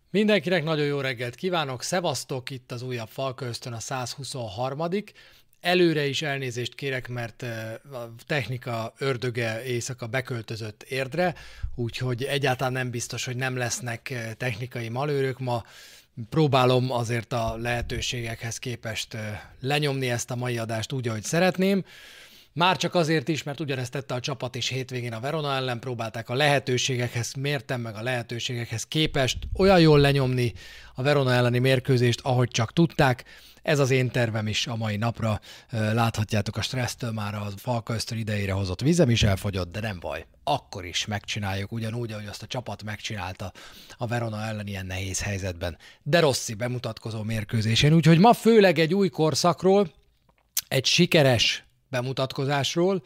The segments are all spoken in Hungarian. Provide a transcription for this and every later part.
Mindenkinek nagyon jó reggelt kívánok, szevasztok, itt az újabb Falka Ösztön, a 123. Előre is elnézést kérek, mert a technika ördöge éjszaka beköltözött Érdre, úgyhogy egyáltalán nem biztos, hogy nem lesznek technikai malőrök ma. Próbálom azért a lehetőségekhez képest lenyomni ezt a mai adást úgy, ahogy szeretném. Már csak azért is, mert ugyanezt tette a csapat is hétvégén a Verona ellen, próbálták a lehetőségekhez mérten, meg a lehetőségekhez képest olyan jól lenyomni a Verona elleni mérkőzést, ahogy csak tudták. Ez az én tervem is a mai napra. Láthatjátok, a stressztől már a Falka Ösztön idejére hozott vizem is elfogyott, de nem baj. Akkor is megcsináljuk ugyanúgy, ahogy azt a csapat megcsinálta a Verona ellen ilyen nehéz helyzetben. De Rossi bemutatkozó mérkőzésén, úgyhogy ma főleg egy új korszakról, egy sikeres bemutatkozásról,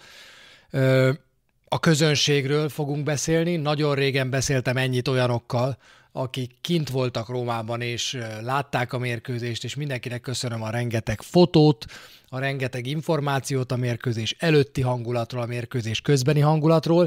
a közönségről fogunk beszélni. Nagyon régen beszéltem ennyit olyanokkal, akik kint voltak Rómában, és látták a mérkőzést, és mindenkinek köszönöm a rengeteg fotót, a rengeteg információt a mérkőzés előtti hangulatról, a mérkőzés közbeni hangulatról.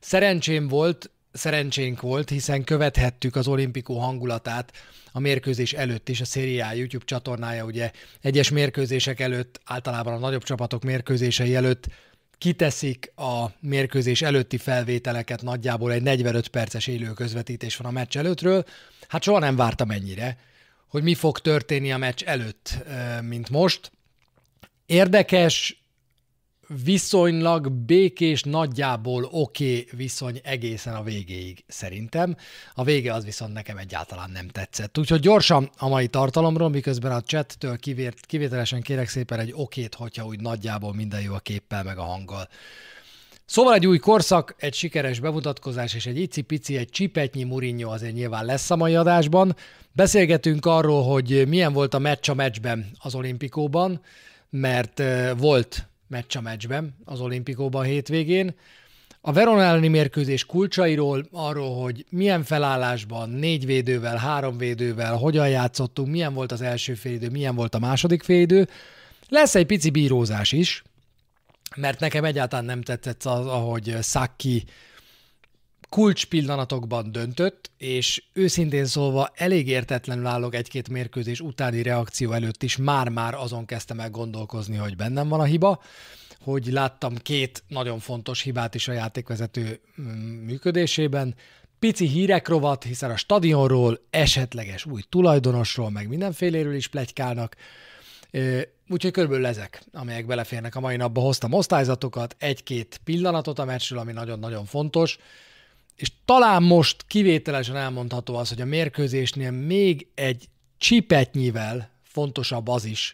Szerencsénk volt, hiszen követhettük az Olimpikó hangulatát a mérkőzés előtt is, a Serie A YouTube csatornája ugye egyes mérkőzések előtt, általában a nagyobb csapatok mérkőzései előtt kiteszik a mérkőzés előtti felvételeket, nagyjából egy 45 perces élő közvetítés van a meccs előttről. Hát soha nem vártam ennyire, hogy mi fog történni a meccs előtt, mint most. Érdekes, viszonylag békés, nagyjából oké viszony egészen a végéig szerintem. A vége az viszont nekem egyáltalán nem tetszett. Úgyhogy gyorsan a mai tartalomról, miközben a chattől kivételesen kérek szépen egy okét, hogyha úgy nagyjából minden jó a képpel meg a hanggal. Szóval egy új korszak, egy sikeres bemutatkozás és egy icipici, egy csipetnyi Mourinho azért nyilván lesz a mai adásban. Beszélgetünk arról, hogy milyen volt a meccs a meccsben az Olimpikóban, mert volt meccs a meccsben az Olimpikóban hétvégén. A Verona elleni mérkőzés kulcsairól, arról, hogy milyen felállásban, 4 védővel, 3 védővel, hogyan játszottunk, milyen volt az első félidő, milyen volt a második félidő. Lesz egy pici bírózás is, mert nekem egyáltalán nem tetszett az, ahogy Sacchi kulcs pillanatokban döntött, és őszintén szólva elég értetlenül állok egy-két mérkőzés utáni reakció előtt is, már azon kezdtem el gondolkozni, hogy bennem van a hiba, hogy láttam 2 nagyon fontos hibát is a játékvezető működésében. Pici hírek rovat, hiszen a stadionról, esetleges új tulajdonosról, meg mindenféléről is pletykálnak, úgyhogy körülbelül ezek, amelyek beleférnek a mai napba. Hoztam osztályzatokat, 1-2 pillanatot a meccsről, ami nagyon-nagyon fontos, és talán most kivételesen elmondható az, hogy a mérkőzésnél még egy csipetnyivel fontosabb az is,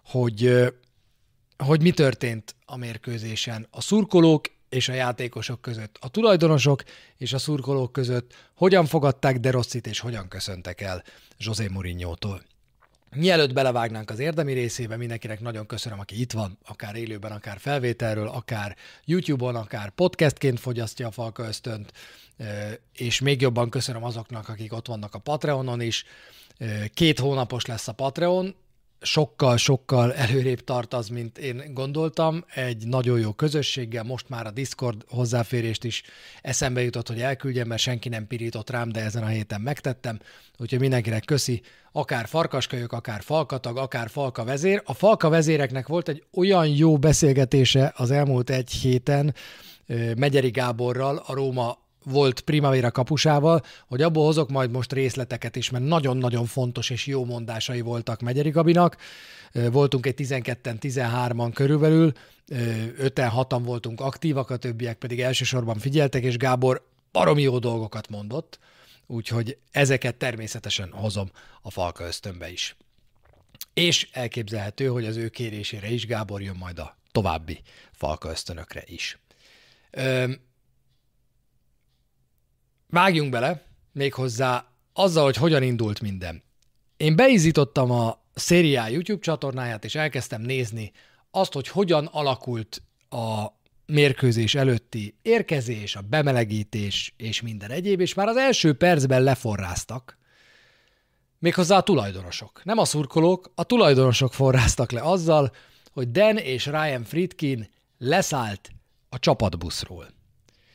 hogy mi történt a mérkőzésen a szurkolók és a játékosok között, a tulajdonosok és a szurkolók között, hogyan fogadták De Rossit és hogyan köszöntek el José Mourinho-tól. Mielőtt belevágnánk az érdemi részébe, mindenkinek nagyon köszönöm, aki itt van, akár élőben, akár felvételről, akár YouTube-on, akár podcastként fogyasztja a Falka Ösztönt, és még jobban köszönöm azoknak, akik ott vannak a Patreonon is. 2 hónapos lesz a Patreon, sokkal előrébb tart az, mint én gondoltam, egy nagyon jó közösséggel, most már a Discord hozzáférést is eszembe jutott, hogy elküldjem, mert senki nem pirított rám, de ezen a héten megtettem, úgyhogy mindenkinek köszi, akár farkaskölyök, akár falkatag, akár falka vezér. A falka vezéreknek volt egy olyan jó beszélgetése az elmúlt egy héten Megyeri Gáborral, a Róma volt Primavera kapusával, hogy abból hozok majd most részleteket is, mert nagyon-nagyon fontos és jó mondásai voltak Megyeri Gabinak. Voltunk egy 12-en, 13-an körülbelül, 5-en, 6-an voltunk aktívak, a többiek pedig elsősorban figyeltek, és Gábor baromi jó dolgokat mondott, úgyhogy ezeket természetesen hozom a Falka Ösztönbe is. És elképzelhető, hogy az ő kérésére is Gábor jön majd a további Falka Ösztönökre is. Vágjunk bele, méghozzá azzal, hogy hogyan indult minden. Én beizítottam a Serie A YouTube csatornáját, és elkezdtem nézni azt, hogy hogyan alakult a mérkőzés előtti érkezés, a bemelegítés és minden egyéb, és már az első percben leforráztak, méghozzá a tulajdonosok. Nem a szurkolók, a tulajdonosok forráztak le azzal, hogy Dan és Ryan Friedkin leszállt a csapatbuszról.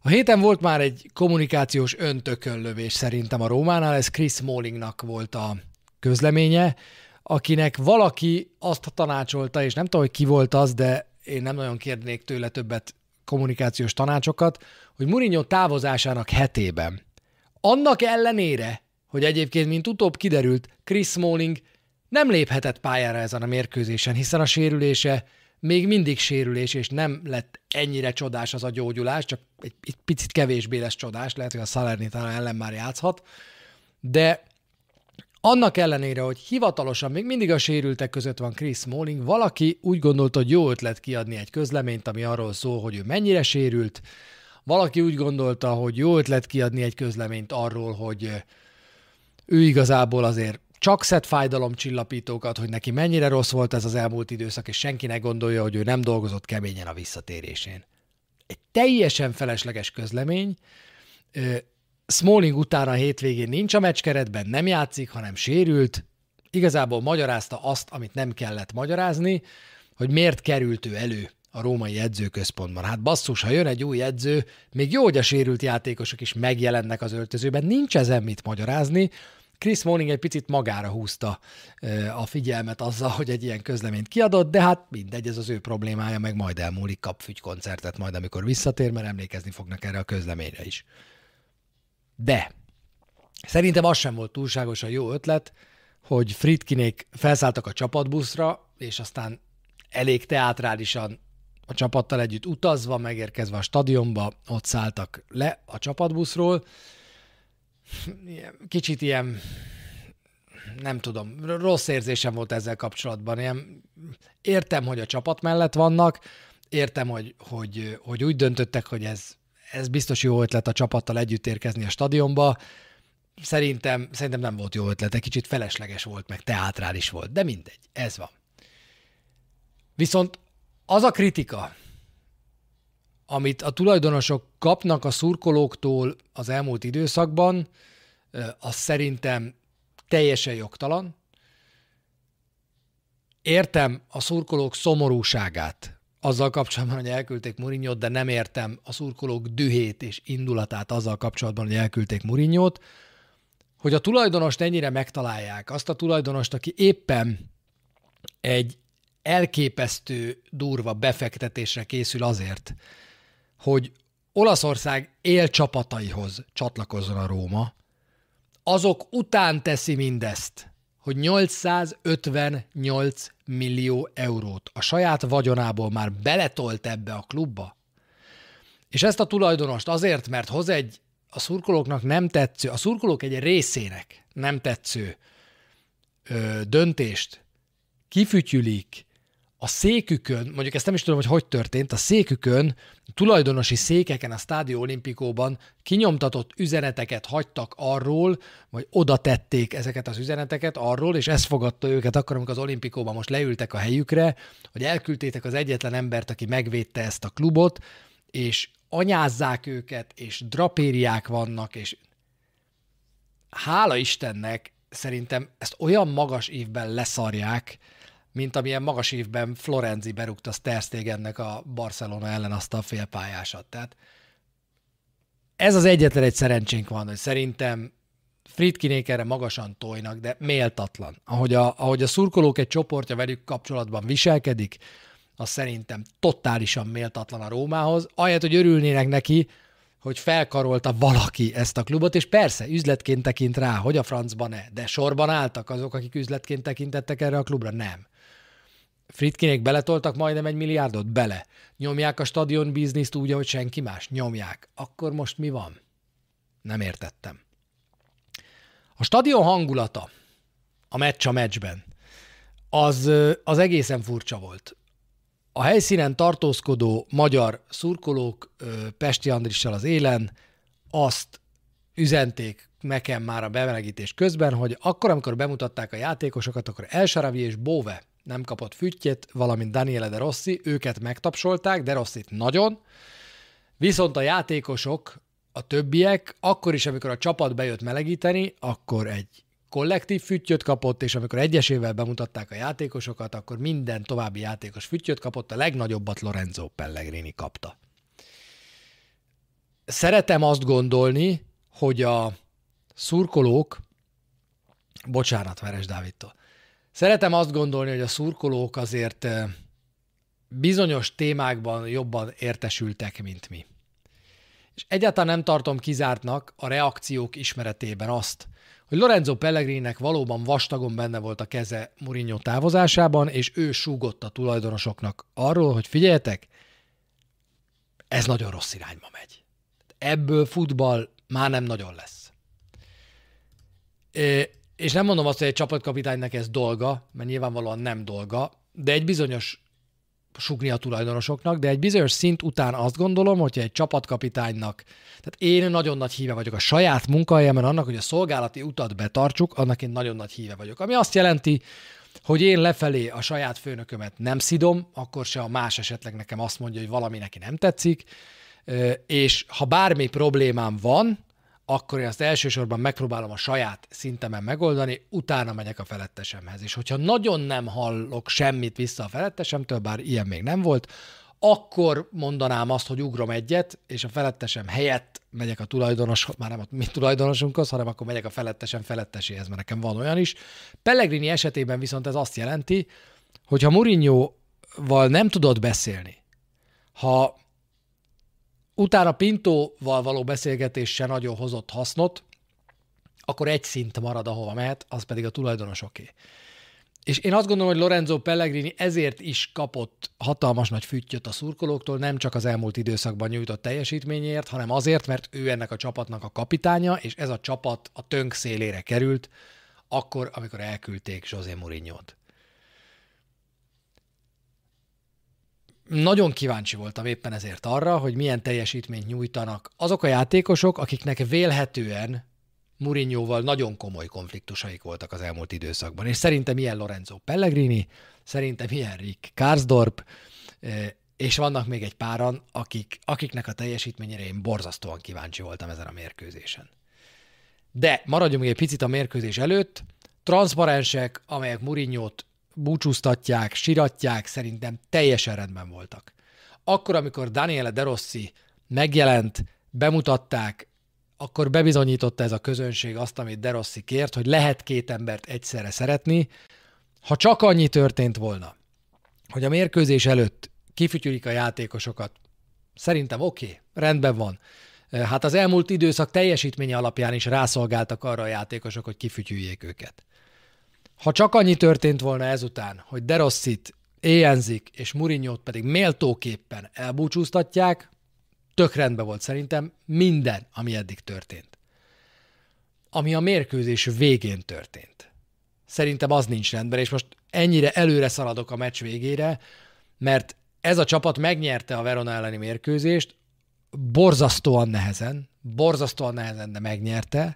A héten volt már egy kommunikációs öntököllövés szerintem a Rómánál, ez Chris Smallingnak volt a közleménye, akinek valaki azt tanácsolta, és nem tudom, hogy ki volt az, de én nem nagyon kérnék tőle többet kommunikációs tanácsokat, hogy Mourinho távozásának hetében. Annak ellenére, hogy egyébként, mint utóbb kiderült, Chris Smalling nem léphetett pályára ezen a mérkőzésen, hiszen a sérülése még mindig sérülés, és nem lett ennyire csodás az a gyógyulás, csak egy picit kevésbé lesz csodás, lehet, hogy a Salernitana ellen már játszhat, de annak ellenére, hogy hivatalosan még mindig a sérültek között van Chris Smalling, valaki úgy gondolta, hogy jó ötlet kiadni egy közleményt, ami arról szól, hogy ő mennyire sérült, valaki úgy gondolta, hogy jó ötlet kiadni egy közleményt arról, hogy ő igazából azért csak szed fájdalomcsillapítókat, hogy neki mennyire rossz volt ez az elmúlt időszak, és senki ne gondolja, hogy ő nem dolgozott keményen a visszatérésén. Egy teljesen felesleges közlemény. Smalling utána a hétvégén nincs a meccskeretben, nem játszik, hanem sérült. Igazából magyarázta azt, amit nem kellett magyarázni, hogy miért került ő elő a római edzőközpontban. Hát basszus, ha jön egy új edző, még jó, hogy a sérült játékosok is megjelennek az öltözőben, nincs ezen mit magyarázni. Chris Smalling egy picit magára húzta a figyelmet azzal, hogy egy ilyen közleményt kiadott, de hát mindegy, ez az ő problémája, meg majd elmúlik, kap fügykoncertet majd, amikor visszatér, mert emlékezni fognak erre a közleményre is. De szerintem az sem volt túlságosan jó ötlet, hogy Friedkinék felszálltak a csapatbuszra, és aztán elég teátrálisan a csapattal együtt utazva, megérkezve a stadionba, ott szálltak le a csapatbuszról. Kicsit ilyen, nem tudom, rossz érzésem volt ezzel kapcsolatban. Értem, hogy a csapat mellett vannak, értem, hogy úgy döntöttek, hogy ez biztos jó ötlet a csapattal együtt érkezni a stadionba. Szerintem nem volt jó ötlet, egy kicsit felesleges volt, meg teátrális volt, de mindegy, ez van. Viszont az a kritika, amit a tulajdonosok kapnak a szurkolóktól az elmúlt időszakban, az szerintem teljesen jogtalan. Értem a szurkolók szomorúságát azzal kapcsolatban, hogy elküldték Mourinhót, de nem értem a szurkolók dühét és indulatát azzal kapcsolatban, hogy elküldték Mourinhót, hogy a tulajdonost ennyire megtalálják, azt a tulajdonost, aki éppen egy elképesztő durva befektetésre készül azért, hogy Olaszország élcsapataihoz csatlakozzon a Róma, azok után teszi mindezt, hogy 858 millió eurót a saját vagyonából már beletolt ebbe a klubba, és ezt a tulajdonost azért, mert hoz egy a szurkolóknak nem tetsző, a szurkolók egy részének nem tetsző döntést kifütyülik a székükön, mondjuk ezt nem is tudom, hogy történt, a székükön, tulajdonosi székeken a Stadio Olimpikóban kinyomtatott üzeneteket hagytak arról, vagy oda tették ezeket az üzeneteket arról, és ez fogadta őket akkor, amikor az Olimpikóban most leültek a helyükre, hogy elküldtétek az egyetlen embert, aki megvédte ezt a klubot, és anyázzák őket, és drapériák vannak, és hála Istennek szerintem ezt olyan magas évben leszarják, mint amilyen magas évben Florenzi berúgta Ter Stegennek a Barcelona ellen azt a félpályásat. Tehát ez az egyetlen egy szerencsénk van, hogy szerintem Friedkinék erre magasan tojnak, de méltatlan. Ahogy a szurkolók egy csoportja velük kapcsolatban viselkedik, az szerintem totálisan méltatlan a Rómához. Ahelyett, hogy örülnének neki, hogy felkarolta valaki ezt a klubot, és persze, üzletként tekint rá, hogy a francban ne, de sorban álltak azok, akik üzletként tekintettek erre a klubra? Nem. Friedkinék beletoltak majdnem 1 milliárdot? Bele. Nyomják a stadion bizniszt úgy, ahogy senki más? Nyomják. Akkor most mi van? Nem értettem. A stadion hangulata a meccsben az egészen furcsa volt. A helyszínen tartózkodó magyar szurkolók Pesti Andrissal az élen azt üzenték nekem már a bemelegítés közben, hogy akkor, amikor bemutatták a játékosokat, akkor El Shaarawy és Bove nem kapott füttyet, valamint Daniele De Rossi, őket megtapsolták, De Rossit nagyon, viszont a játékosok, a többiek, akkor is, amikor a csapat bejött melegíteni, akkor egy kollektív füttyöt kapott, és amikor egyesével bemutatták a játékosokat, akkor minden további játékos füttyöt kapott, a legnagyobbat Lorenzo Pellegrini kapta. szeretem azt gondolni, hogy a szurkolók, bocsánat Veres Dávidtól, szeretem azt gondolni, hogy a szurkolók azért bizonyos témákban jobban értesültek, mint mi. És egyáltalán nem tartom kizártnak a reakciók ismeretében azt, hogy Lorenzo Pellegrininek valóban vastagon benne volt a keze Mourinho távozásában, és ő súgott a tulajdonosoknak arról, hogy figyeljetek, ez nagyon rossz irányba megy. Ebből futball már nem nagyon lesz. És nem mondom azt, hogy egy csapatkapitánynak ez dolga, mert nyilvánvalóan nem dolga, de egy bizonyos sugni a tulajdonosoknak, de egy bizonyos szint után azt gondolom, hogyha egy csapatkapitánynak, tehát én nagyon nagy híve vagyok a saját munkahelyemen annak, hogy a szolgálati utat betartsuk, annak én nagyon nagy híve vagyok. Ami azt jelenti, hogy én lefelé a saját főnökömet nem szidom, akkor se a más esetleg nekem azt mondja, hogy valami neki nem tetszik, és ha bármi problémám van, akkor én azt elsősorban megpróbálom a saját szintemen megoldani, utána megyek a felettesemhez. És hogyha nagyon nem hallok semmit vissza a felettesemtől, bár ilyen még nem volt, akkor mondanám azt, hogy ugrom egyet, és a felettesem helyett megyek a már nem a mi tulajdonosunkhoz, hanem akkor megyek a felettesem feletteséhez, mert nekem van olyan is. Pellegrini esetében viszont ez azt jelenti, hogy ha Mourinhoval nem tudod beszélni, ha utána Pintóval való beszélgetés se nagyon hozott hasznot, akkor egy szint marad, ahova mehet, az pedig a tulajdonosoké. És én azt gondolom, hogy Lorenzo Pellegrini ezért is kapott hatalmas nagy füttyöt a szurkolóktól, nem csak az elmúlt időszakban nyújtott teljesítményéért, hanem azért, mert ő ennek a csapatnak a kapitánya, és ez a csapat a tönk szélére került, akkor, amikor elküldték José Mourinhót. Nagyon kíváncsi voltam éppen ezért arra, hogy milyen teljesítményt nyújtanak azok a játékosok, akiknek vélhetően Mourinhoval nagyon komoly konfliktusaik voltak az elmúlt időszakban. És szerintem ilyen Lorenzo Pellegrini, szerintem ilyen Rick Karsdorp, és vannak még egy páran, akiknek a teljesítményére én borzasztóan kíváncsi voltam ezen a mérkőzésen. De maradjunk még egy picit a mérkőzés előtt. Transzparensek, amelyek Mourinhót búcsúztatják, siratják, szerintem teljesen rendben voltak. Akkor, amikor Daniele De Rossi megjelent, bemutatták, akkor bebizonyította ez a közönség azt, amit De Rossi kért, hogy lehet két embert egyszerre szeretni. Ha csak annyi történt volna, hogy a mérkőzés előtt kifütyülik a játékosokat, szerintem oké, rendben van. Hát az elmúlt időszak teljesítménye alapján is rászolgáltak arra a játékosok, hogy kifütyüljék őket. Ha csak annyi történt volna ezután, hogy De Rossit éjjenzik, és Mourinhót pedig méltóképpen elbúcsúztatják, tök rendben volt szerintem minden, ami eddig történt. Ami a mérkőzés végén történt. Szerintem az nincs rendben, és most ennyire előre szaladok a meccs végére, mert ez a csapat megnyerte a Verona elleni mérkőzést, borzasztóan nehezen, de megnyerte,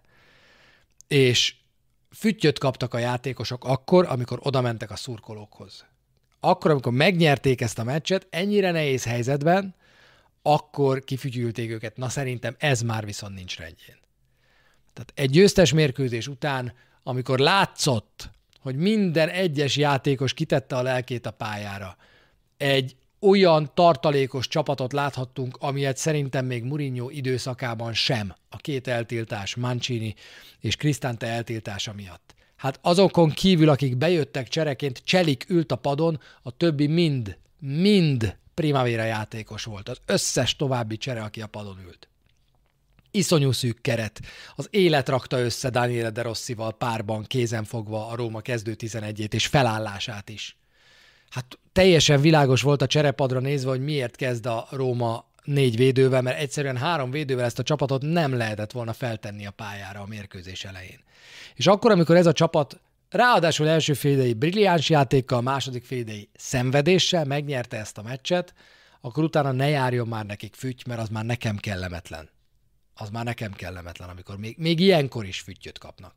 és füttyöt kaptak a játékosok akkor, amikor oda mentek a szurkolókhoz. Akkor, amikor megnyerték ezt a meccset, ennyire nehéz helyzetben, akkor kifütyülték őket. Na szerintem ez már viszont nincs rendjén. Tehát egy győztes mérkőzés után, amikor látszott, hogy minden egyes játékos kitette a lelkét a pályára, egy olyan tartalékos csapatot láthattunk, amilyet szerintem még Mourinho időszakában sem, a két eltiltás, Mancini és Cristante eltiltása miatt. Hát azokon kívül, akik bejöttek csereként, Cselik ült a padon, a többi mind Primavera játékos volt. Az összes további csere, aki a padon ült. Iszonyú szűk keret. Az élet rakta össze Daniele De Rossival párban, kézenfogva a Róma kezdő 11-ét és felállását is. Hát teljesen világos volt a cserepadra nézve, hogy miért kezd a Róma 4 védővel, mert egyszerűen 3 védővel ezt a csapatot nem lehetett volna feltenni a pályára a mérkőzés elején. És akkor, amikor ez a csapat ráadásul első félidei brilliáns játékkal, második félidei szenvedéssel megnyerte ezt a meccset, akkor utána ne járjon már nekik fütty, mert az már nekem kellemetlen. Az már nekem kellemetlen, amikor még ilyenkor is füttyöt kapnak.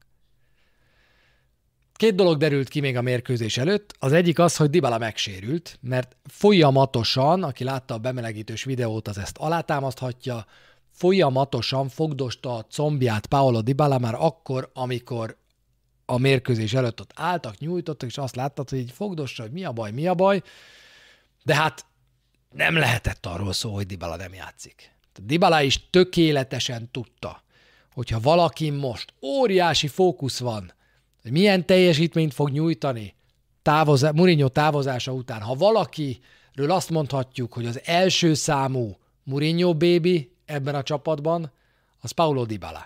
2 dolog derült ki még a mérkőzés előtt. Az egyik az, hogy Dybala megsérült, mert folyamatosan, aki látta a bemelegítős videót, az ezt alátámaszthatja, folyamatosan fogdosta a combját Paulo Dybala már akkor, amikor a mérkőzés előtt ott álltak, nyújtottak, és azt láttad, hogy így fogdossa, hogy mi a baj, de hát nem lehetett arról szó, hogy Dybala nem játszik. Dybala is tökéletesen tudta, hogyha valaki most óriási fókusz van, hogy milyen teljesítményt fog nyújtani Mourinho távozása után, ha valakiről azt mondhatjuk, hogy az első számú Mourinho baby ebben a csapatban, az Paulo Dybala.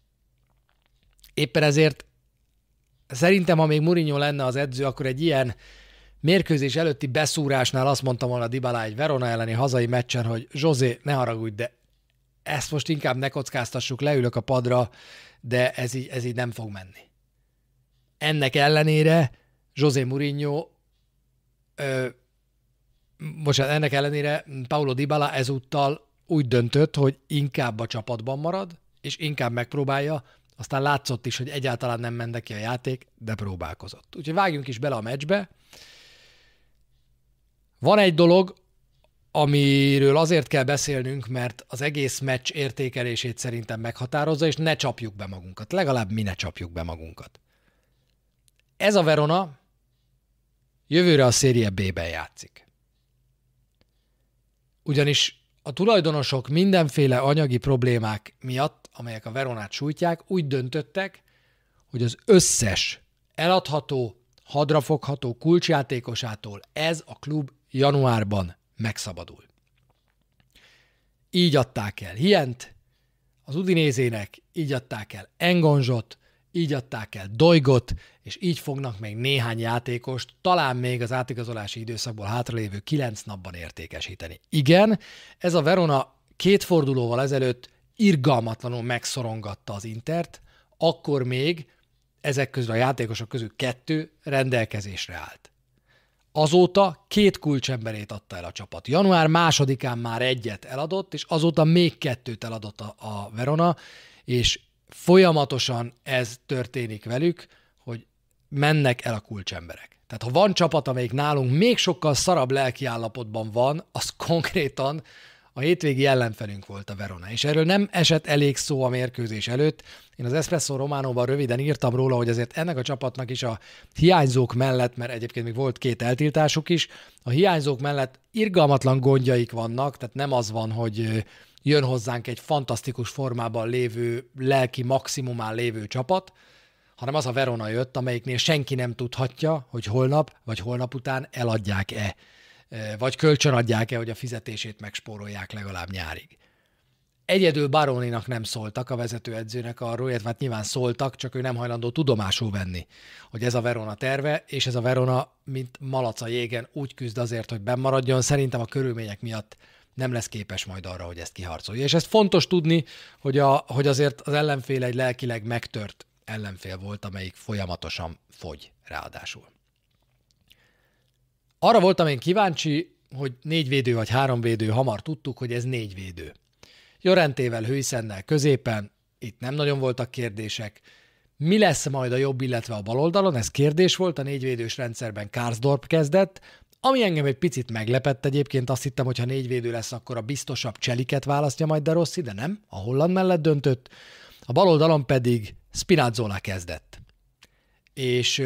Éppen ezért szerintem, ha még Mourinho lenne az edző, akkor egy ilyen mérkőzés előtti beszúrásnál azt mondta volna Dybala egy Verona elleni hazai meccsen, hogy José, ne haragudj, de ezt most inkább ne kockáztassuk, leülök a padra, de ez így nem fog menni. Ennek ellenére Paulo Dybala ezúttal úgy döntött, hogy inkább a csapatban marad, és inkább megpróbálja, aztán látszott is, hogy egyáltalán nem ment ki a játék, de próbálkozott. Úgyhogy vágjunk is bele a meccsbe. Van egy dolog, amiről azért kell beszélnünk, mert az egész meccs értékelését szerintem meghatározza, és ne csapjuk be magunkat. Legalább mi ne csapjuk be magunkat. Ez a Verona jövőre a Serie B-ben játszik. Ugyanis a tulajdonosok mindenféle anyagi problémák miatt, amelyek a Veronát sújtják, úgy döntöttek, hogy az összes eladható, hadrafogható kulcsjátékosától ez a klub januárban megszabadul. Így adták el Hient az Udinézének, így adták el Engonzsot, így adták el Doigot, és így fognak még néhány játékost, talán még az átigazolási időszakból hátralévő 9 napban értékesíteni. Igen, ez a Verona 2 fordulóval ezelőtt irgalmatlanul megszorongatta az Intert, akkor még ezek közül a játékosok közül 2 rendelkezésre állt. Azóta 2 kulcsemberét adta el a csapat. Január 2-án már 1 eladott, és azóta még 2 eladott a Verona, és folyamatosan ez történik velük, hogy mennek el a kulcsemberek. Tehát ha van csapat, amelyik nálunk még sokkal szarabb lelkiállapotban van, az konkrétan a hétvégi ellenfelünk volt a Verona. És erről nem esett elég szó a mérkőzés előtt. Én az Espresso Románóban röviden írtam róla, hogy azért ennek a csapatnak is a hiányzók mellett, mert egyébként még volt 2 eltiltásuk is, a hiányzók mellett irgalmatlan gondjaik vannak, tehát nem az van, hogy jön hozzánk egy fantasztikus formában lévő, lelki maximumán lévő csapat, hanem az a Verona jött, amelyiknél senki nem tudhatja, hogy holnap vagy holnap után eladják-e, vagy kölcsönadják-e, hogy a fizetését megspórolják legalább nyárig. Egyedül Baroninak nem szóltak, a vezetőedzőnek arról, illetve hát nyilván szóltak, csak ő nem hajlandó tudomásul venni, hogy ez a Verona terve, és ez a Verona, mint malac a jégen, úgy küzd azért, hogy bennmaradjon. Szerintem a körülmények miatt nem lesz képes majd arra, hogy ezt kiharcolja. És ez fontos tudni, hogy azért az ellenfél egy lelkileg megtört ellenfél volt, amelyik folyamatosan fogy ráadásul. Arra voltam én kíváncsi, hogy 4 védő vagy 3 védő, hamar tudtuk, hogy ez 4 védő. Llorentével, Huijsennel középen, itt nem nagyon voltak kérdések. Mi lesz majd a jobb, illetve a bal oldalon? Ez kérdés volt, a 4 védős rendszerben Karsdorp kezdett, ami engem egy picit meglepett egyébként, azt hittem, hogy ha 4 védő lesz, akkor a biztosabb Cseliket választja majd De Rossi, de nem, a holland mellett döntött. A bal oldalon pedig Spinazzola kezdett. És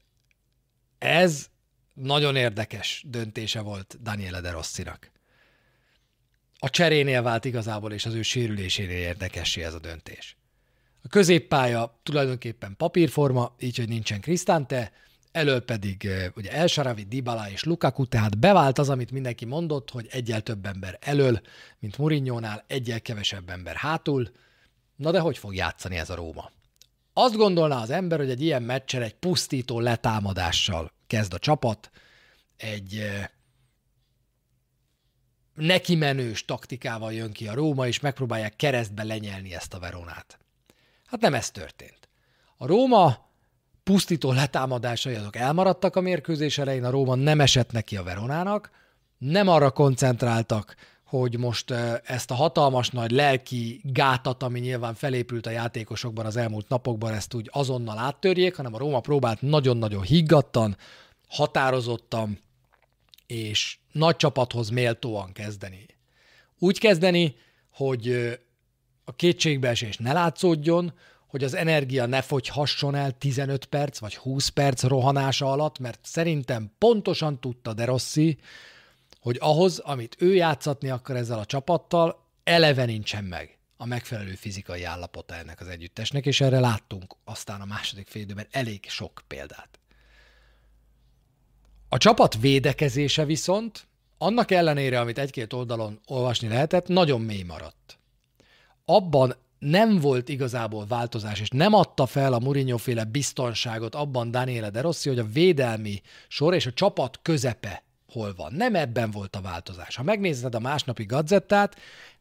ez nagyon érdekes döntése volt Daniele De Rossinak. A cserénél vált igazából, és az ő sérülésénél érdekessé ez a döntés. A középpálya tulajdonképpen papírforma, így, hogy nincsen Cristante, elől pedig ugye El Shaarawy, Dybala és Lukaku, tehát bevált az, amit mindenki mondott, hogy egyel több ember elől, mint Mourinhónál, egyel kevesebb ember hátul. Na de hogy fog játszani ez a Róma? Azt gondolná az ember, hogy egy ilyen meccsen egy pusztító letámadással kezd a csapat, egy nekimenős taktikával jön ki a Róma, és megpróbálják keresztbe lenyelni ezt a Veronát. Hát nem ez történt. A Róma pusztító letámadásai azok elmaradtak a mérkőzés elején, a Róma nem esett neki a Veronának, nem arra koncentráltak, hogy most ezt a hatalmas nagy lelki gátat, ami nyilván felépült a játékosokban az elmúlt napokban, ezt úgy azonnal áttörjék, hanem a Róma próbált nagyon-nagyon higgadtan, határozottan és nagy csapathoz méltóan kezdeni. Úgy kezdeni, hogy a kétségbeesés ne látszódjon, hogy az energia ne fogyhasson el 15 perc vagy 20 perc rohanása alatt, mert szerintem pontosan tudta De Rossi, hogy ahhoz, amit ő játszatni akar ezzel a csapattal, eleve nincsen meg a megfelelő fizikai állapota ennek az együttesnek, és erre láttunk aztán a második félidőben elég sok példát. A csapat védekezése viszont, annak ellenére, amit egy-két oldalon olvasni lehetett, nagyon mély maradt. Abban nem volt igazából változás, és nem adta fel a Mourinho-féle biztonságot abban Daniele De Rossi, hogy a védelmi sor és a csapat közepe hol van. Nem ebben volt a változás. Ha megnézed a másnapi Gazettát,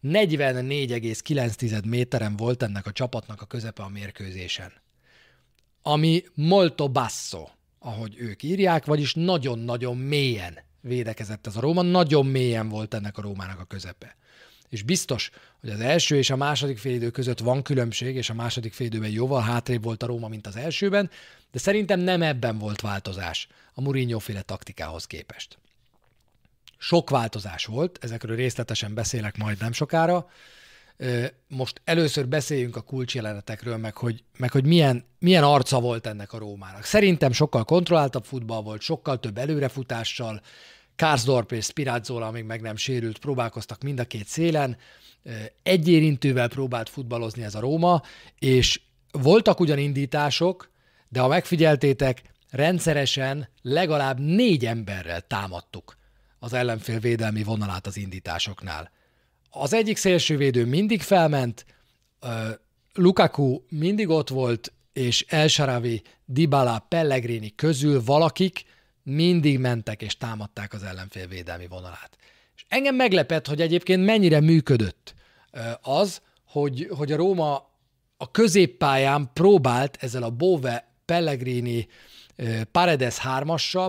44,9 méteren volt ennek a csapatnak a közepe a mérkőzésen. Ami molto basso, ahogy ők írják, vagyis nagyon-nagyon mélyen védekezett ez a Róma, nagyon mélyen volt ennek a Rómának a közepe. És biztos, hogy az első és a második félidő között van különbség, és a második félidőben jóval hátrébb volt a Róma, mint az elsőben, de szerintem nem ebben volt változás a Mourinho-féle taktikához képest. Sok változás volt, ezekről részletesen beszélek majd nem sokára. Most először beszéljünk a kulcsjelenetekről, meg hogy milyen arca volt ennek a Rómának. Szerintem sokkal kontrolláltabb futball volt, sokkal több előrefutással, Karsdorp és Spinazzola, amíg meg nem sérült, próbálkoztak mind a két szélen, egyérintővel próbált futballozni ez a Róma, és voltak ugyan indítások, de ha megfigyeltétek, rendszeresen legalább 4 emberrel támadtuk az ellenfél védelmi vonalát az indításoknál. Az egyik szélsővédő mindig felment, Lukaku mindig ott volt, és El Shaarawy, Dybala, Pellegrini közül valakik mindig mentek és támadták az ellenfél védelmi vonalát. És engem meglepett, hogy egyébként mennyire működött az, hogy a Róma a középpályán próbált ezzel a Bove, Pellegrini, Paredes 3-assal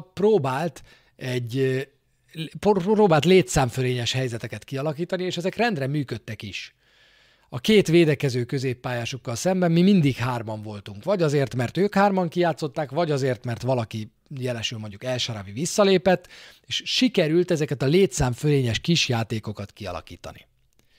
próbált létszámfölényes helyzeteket kialakítani, és ezek rendre működtek is. A két védekező középpályásukkal szemben mi mindig 3-an voltunk. Vagy azért, mert ők 3-an kijátszották, vagy azért, mert valaki, jelesül mondjuk El Shaarawy visszalépett, és sikerült ezeket a létszámfölényes kisjátékokat kialakítani.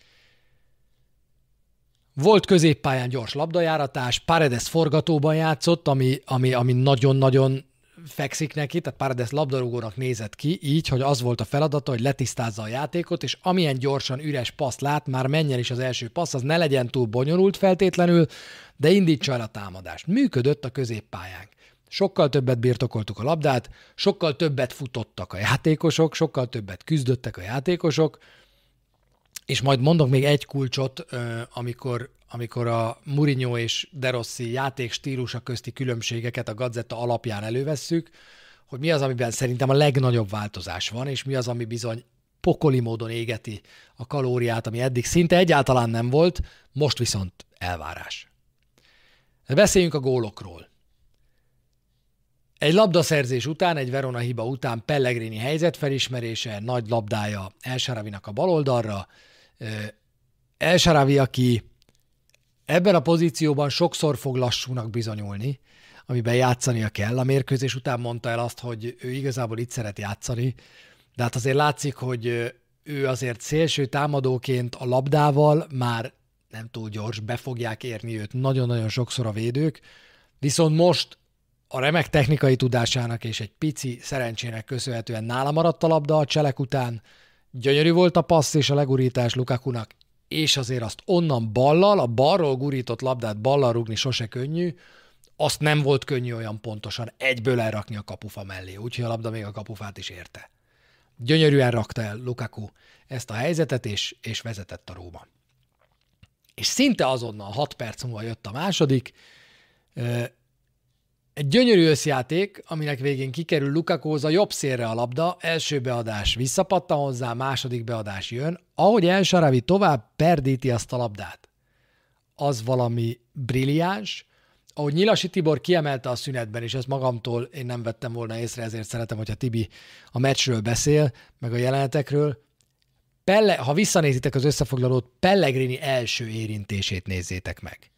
Volt középpályán gyors labdajáratás, Paredes forgatóban játszott, ami nagyon-nagyon fekszik neki, tehát Paredes labdarúgónak nézett ki, így, hogy az volt a feladata, hogy letisztázza a játékot, és amilyen gyorsan üres paszt lát, már menjen is az első passz, az ne legyen túl bonyolult feltétlenül, de indítsa el a támadást. Működött a középpályánk. Sokkal többet birtokoltuk a labdát, sokkal többet futottak a játékosok, sokkal többet küzdöttek a játékosok, és majd mondok még egy kulcsot, amikor a Mourinho és De Rossi játékstílusa közti különbségeket a Gazzetta alapján elővesszük, hogy mi az, amiben szerintem a legnagyobb változás van, és mi az, ami bizony pokoli módon égeti a kalóriát, ami eddig szinte egyáltalán nem volt, most viszont elvárás. De beszéljünk a gólokról. Egy labdaszerzés után, egy Verona hiba után Pellegrini helyzetfelismerése, nagy labdája El Shaarawynak a bal oldalra. El Shaarawy, aki ebben a pozícióban sokszor fog lassúnak bizonyulni, amiben játszania kell. A mérkőzés után mondta el azt, hogy ő igazából itt szeret játszani, de hát azért látszik, hogy ő azért szélső támadóként a labdával már nem túl gyors, be fogják érni őt nagyon-nagyon sokszor a védők, viszont most a remek technikai tudásának és egy pici szerencsének köszönhetően nála maradt a labda a cselek után, gyönyörű volt a passz és a legurítás Lukakunak, és azért azt onnan ballal, a balról gurított labdát ballal rúgni sose könnyű, azt nem volt könnyű olyan pontosan egyből elrakni a kapufa mellé, úgyhogy a labda még a kapufát is érte. Gyönyörűen rakta el Lukaku ezt a helyzetet, és vezetett a Róma. És szinte azonnal 6 perc múlva jött a második, egy gyönyörű összjáték, aminek végén kikerül Lukakuhoz a jobb szélre a labda, első beadás visszapattan hozzá, második beadás jön. Ahogy El Shaarawy tovább perdíti azt a labdát, az valami brilliáns. Ahogy Nyilasi Tibor kiemelte a szünetben, és ezt magamtól én nem vettem volna észre, ezért szeretem, hogyha Tibi a meccsről beszél, meg a jelenetekről. Ha visszanézitek az összefoglalót, Pellegrini első érintését nézzétek meg.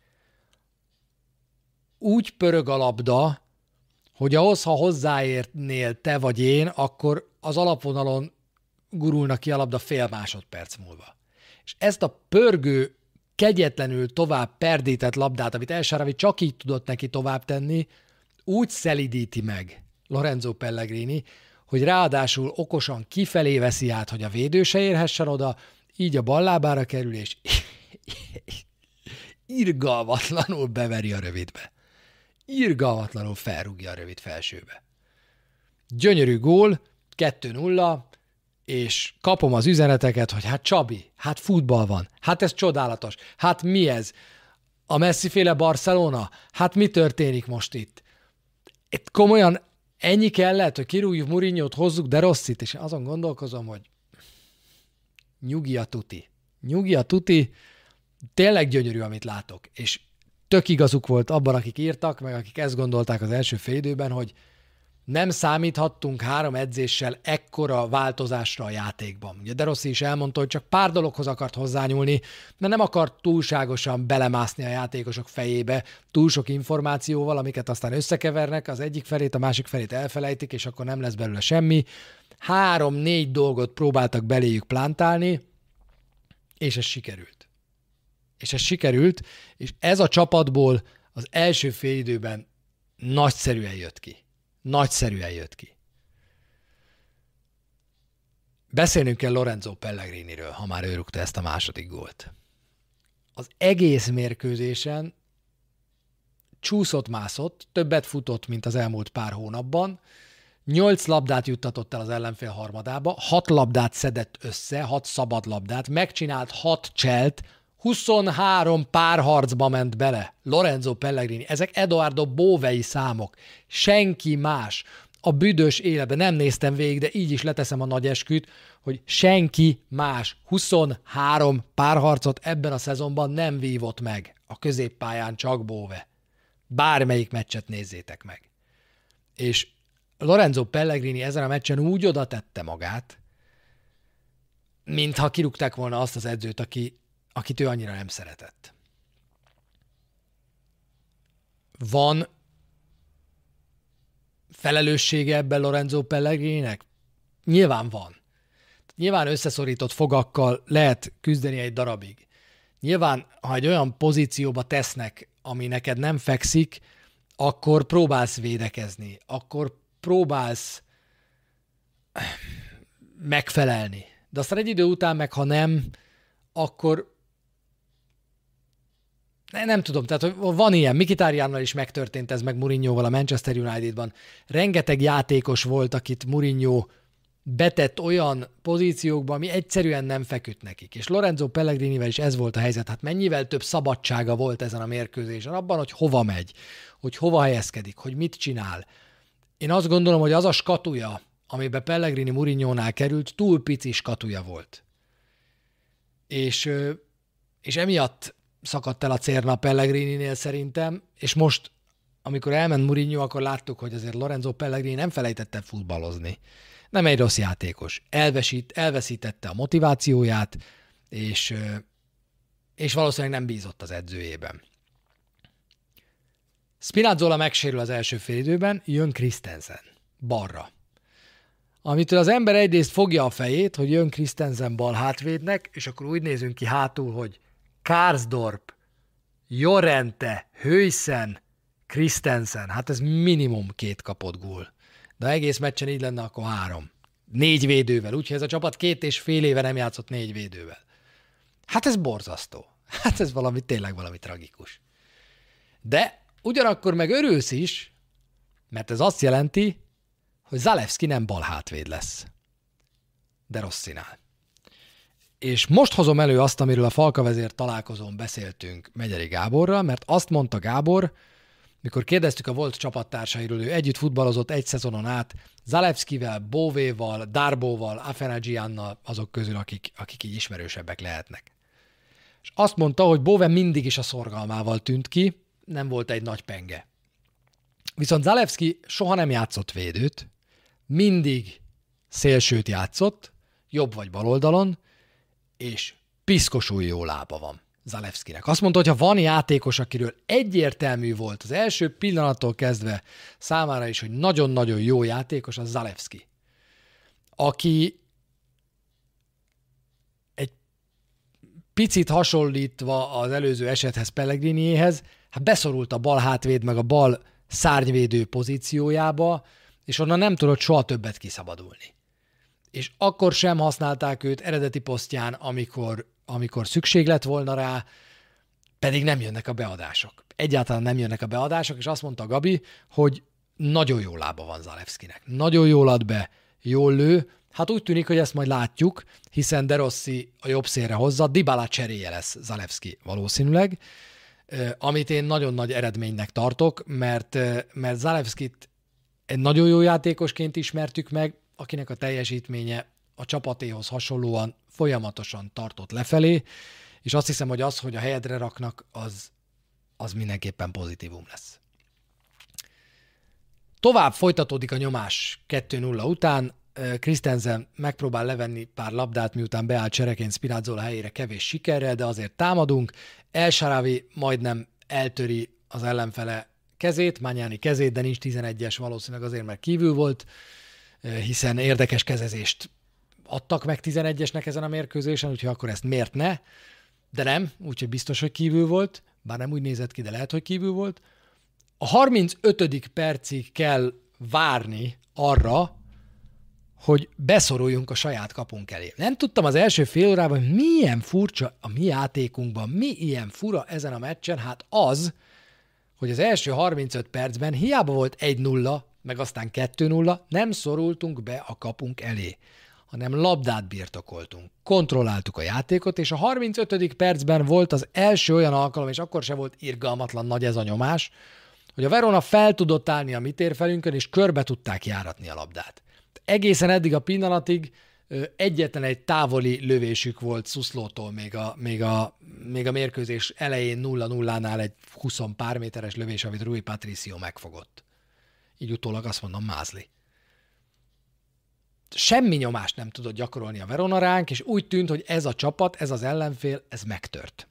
Úgy pörög a labda, hogy ahhoz, ha hozzáérnél te vagy én, akkor az alapvonalon gurulnak ki a labda fél másodperc múlva. És ezt a pörgő, kegyetlenül tovább perdített labdát, amit El Shaarawy csak így tudott neki tovább tenni, úgy szelidíti meg Lorenzo Pellegrini, hogy ráadásul okosan kifelé veszi át, hogy a védő se érhessen oda, így a bal lábára kerül, és irgalmatlanul beveri a rövidbe. Irgalmatlanul felrúgja a rövid felsőbe. Gyönyörű gól, 2-0, és kapom az üzeneteket, hogy hát Csabi, hát futball van, hát ez csodálatos, hát mi ez? A Messi-féle Barcelona? Hát mi történik most itt? Itt komolyan ennyi kellett, hogy kirúgjuk Mourinhót, hozzuk De Rossit, és azon gondolkozom, hogy nyugi a tuti, tényleg gyönyörű, amit látok, és tök igazuk volt abban, akik írtak, meg akik ezt gondolták az első fél időben, hogy nem számíthattunk 3 edzéssel ekkora változásra a játékban. Ugye De Rossi is elmondta, hogy csak pár dologhoz akart hozzányúlni, mert nem akart túlságosan belemászni a játékosok fejébe túl sok információval, amiket aztán összekevernek, az egyik felét, a másik felét elfelejtik, és akkor nem lesz belőle semmi. 3-4 dolgot próbáltak beléjük plántálni, és ez sikerült. És ez a csapatból az első fél időben nagyszerűen jött ki. Beszélnünk kell Lorenzo Pellegriniről, ha már ő rúgta ezt a második gólt. Az egész mérkőzésen csúszott-mászott, többet futott, mint az elmúlt pár hónapban, 8 labdát juttatott el az ellenfél harmadába, 6 labdát szedett össze, 6 szabad labdát, megcsinált 6 cselt, 23 párharcba ment bele Lorenzo Pellegrini. Ezek Edoardo Bovei számok. Senki más a büdös életben, nem néztem végig, de így is leteszem a nagy esküt, hogy senki más 23 párharcot ebben a szezonban nem vívott meg a középpályán, csak Bove. Bármelyik meccset nézzétek meg. És Lorenzo Pellegrini ezen a meccsen úgy oda tette magát, mintha kirúgták volna azt az edzőt, akit ő annyira nem szeretett. Van felelőssége ebben Lorenzo Pellegrininek? Nyilván van. Nyilván összeszorított fogakkal lehet küzdeni egy darabig. Nyilván, ha egy olyan pozícióba tesznek, ami neked nem fekszik, akkor próbálsz védekezni, akkor próbálsz megfelelni. De aztán egy idő után meg, ha nem, akkor nem tudom, tehát van ilyen, Mkhitarjánnal is megtörtént ez, meg Mourinhoval a Manchester Unitedban. Rengeteg játékos volt, akit Mourinho betett olyan pozíciókba, ami egyszerűen nem feküdt nekik. És Lorenzo Pellegrinivel is ez volt a helyzet. Hát mennyivel több szabadsága volt ezen a mérkőzésen, abban, hogy hova megy, hogy hova helyezkedik, hogy mit csinál. Én azt gondolom, hogy az a skatuja, amiben Pellegrini Mourinhónál került, túl pici skatuja volt. És emiatt szakadt el a cérna Pellegrininél szerintem, és most, amikor elment Mourinho, akkor láttuk, hogy azért Lorenzo Pellegrini nem felejtette futballozni. Nem egy rossz játékos. Elveszítette a motivációját, és valószínűleg nem bízott az edzőjében. Spinazzola megsérül az első félidőben, jön Christensen balra. Amitől az ember egyrészt fogja a fejét, hogy jön Christensen bal hátvédnek, és akkor úgy nézünk ki hátul, hogy Karsdorp, Llorente, Höysen, Christensen, hát ez minimum 2 kapott gól. De ha egész meccsen így lenne, akkor 3. 4 védővel, úgyhogy ez a csapat 2,5 éve nem játszott 4 védővel. Hát ez borzasztó. Hát ez tényleg valami tragikus. De ugyanakkor meg örülsz is, mert ez azt jelenti, hogy Zalewski nem bal hátvéd lesz. De Rossinál. És most hozom elő azt, amiről a Falkavezér találkozón beszéltünk Megyeri Gáborral, mert azt mondta Gábor, mikor kérdeztük a volt csapattársairól, ő együtt futballozott egy szezonon át, Zalewskivel, Bovéval, Darbóval, Afenagiannal, azok közül, akik így ismerősebbek lehetnek. És azt mondta, hogy Bove mindig is a szorgalmával tűnt ki, nem volt egy nagy penge. Viszont Zalewski soha nem játszott védőt, mindig szélsőt játszott, jobb vagy bal oldalon, és piszkosul jó lába van Zalewskinek. Azt mondta, hogy ha van játékos, akiről egyértelmű volt az első pillanattól kezdve számára is, hogy nagyon-nagyon jó játékos, az Zalewski. Aki egy picit hasonlítva az előző esethez Pellegriniéhez, hát beszorult a bal hátvéd meg a bal szárnyvédő pozíciójába, és onnan nem tudott soha többet kiszabadulni. és akkor sem használták őt eredeti posztján, amikor szükség lett volna rá, pedig nem jönnek a beadások. Egyáltalán nem jönnek a beadások, és azt mondta Gabi, hogy nagyon jó lába van Zalewskinek. Nagyon jól ad be, jól lő. Hát úgy tűnik, hogy ezt majd látjuk, hiszen De Rossi a jobb szélre hozza, Dybala cseréje lesz Zalewski valószínűleg, amit én nagyon nagy eredménynek tartok, mert Zalewskit egy nagyon jó játékosként ismertük meg, akinek a teljesítménye a csapatéhoz hasonlóan folyamatosan tartott lefelé, és azt hiszem, hogy az, hogy a helyedre raknak, az mindenképpen pozitívum lesz. Tovább folytatódik a nyomás 2-0 után, Christensen megpróbál levenni pár labdát, miután beállt csereként Spinazzola helyére kevés sikerrel, de azért támadunk. El Shaarawy majdnem eltöri az ellenfele kezét, Magnani kezét, de nincs 11-es, valószínűleg azért, mert kívül volt, hiszen érdekes kezezést adtak meg 11-esnek ezen a mérkőzésen, úgyhogy akkor ezt miért ne? De nem, úgyhogy biztos, hogy kívül volt, bár nem úgy nézett ki, de lehet, hogy kívül volt. A 35. percig kell várni arra, hogy beszoruljunk a saját kapunk elé. Nem tudtam az első fél órában, hogy milyen furcsa a mi játékunkban, mi ilyen fura ezen a meccsen, hát az, hogy az első 35 percben hiába volt 1-0, meg aztán 2-0, nem szorultunk be a kapunk elé, hanem labdát birtokoltunk, kontrolláltuk a játékot, és a 35. percben volt az első olyan alkalom, és akkor se volt irgalmatlan nagy ez a nyomás, hogy a Verona fel tudott állni a mi térfelünkön, és körbe tudták járatni a labdát. Egészen eddig a pillanatig egyetlen egy távoli lövésük volt Szuszlótól még a mérkőzés elején 0-0-nál egy 20 pár méteres lövés, amit Rui Patricio megfogott. Így utólag azt mondom, mázli. Semmi nyomást nem tudott gyakorolni a Verona ránk, és úgy tűnt, hogy ez a csapat, ez az ellenfél, ez megtört.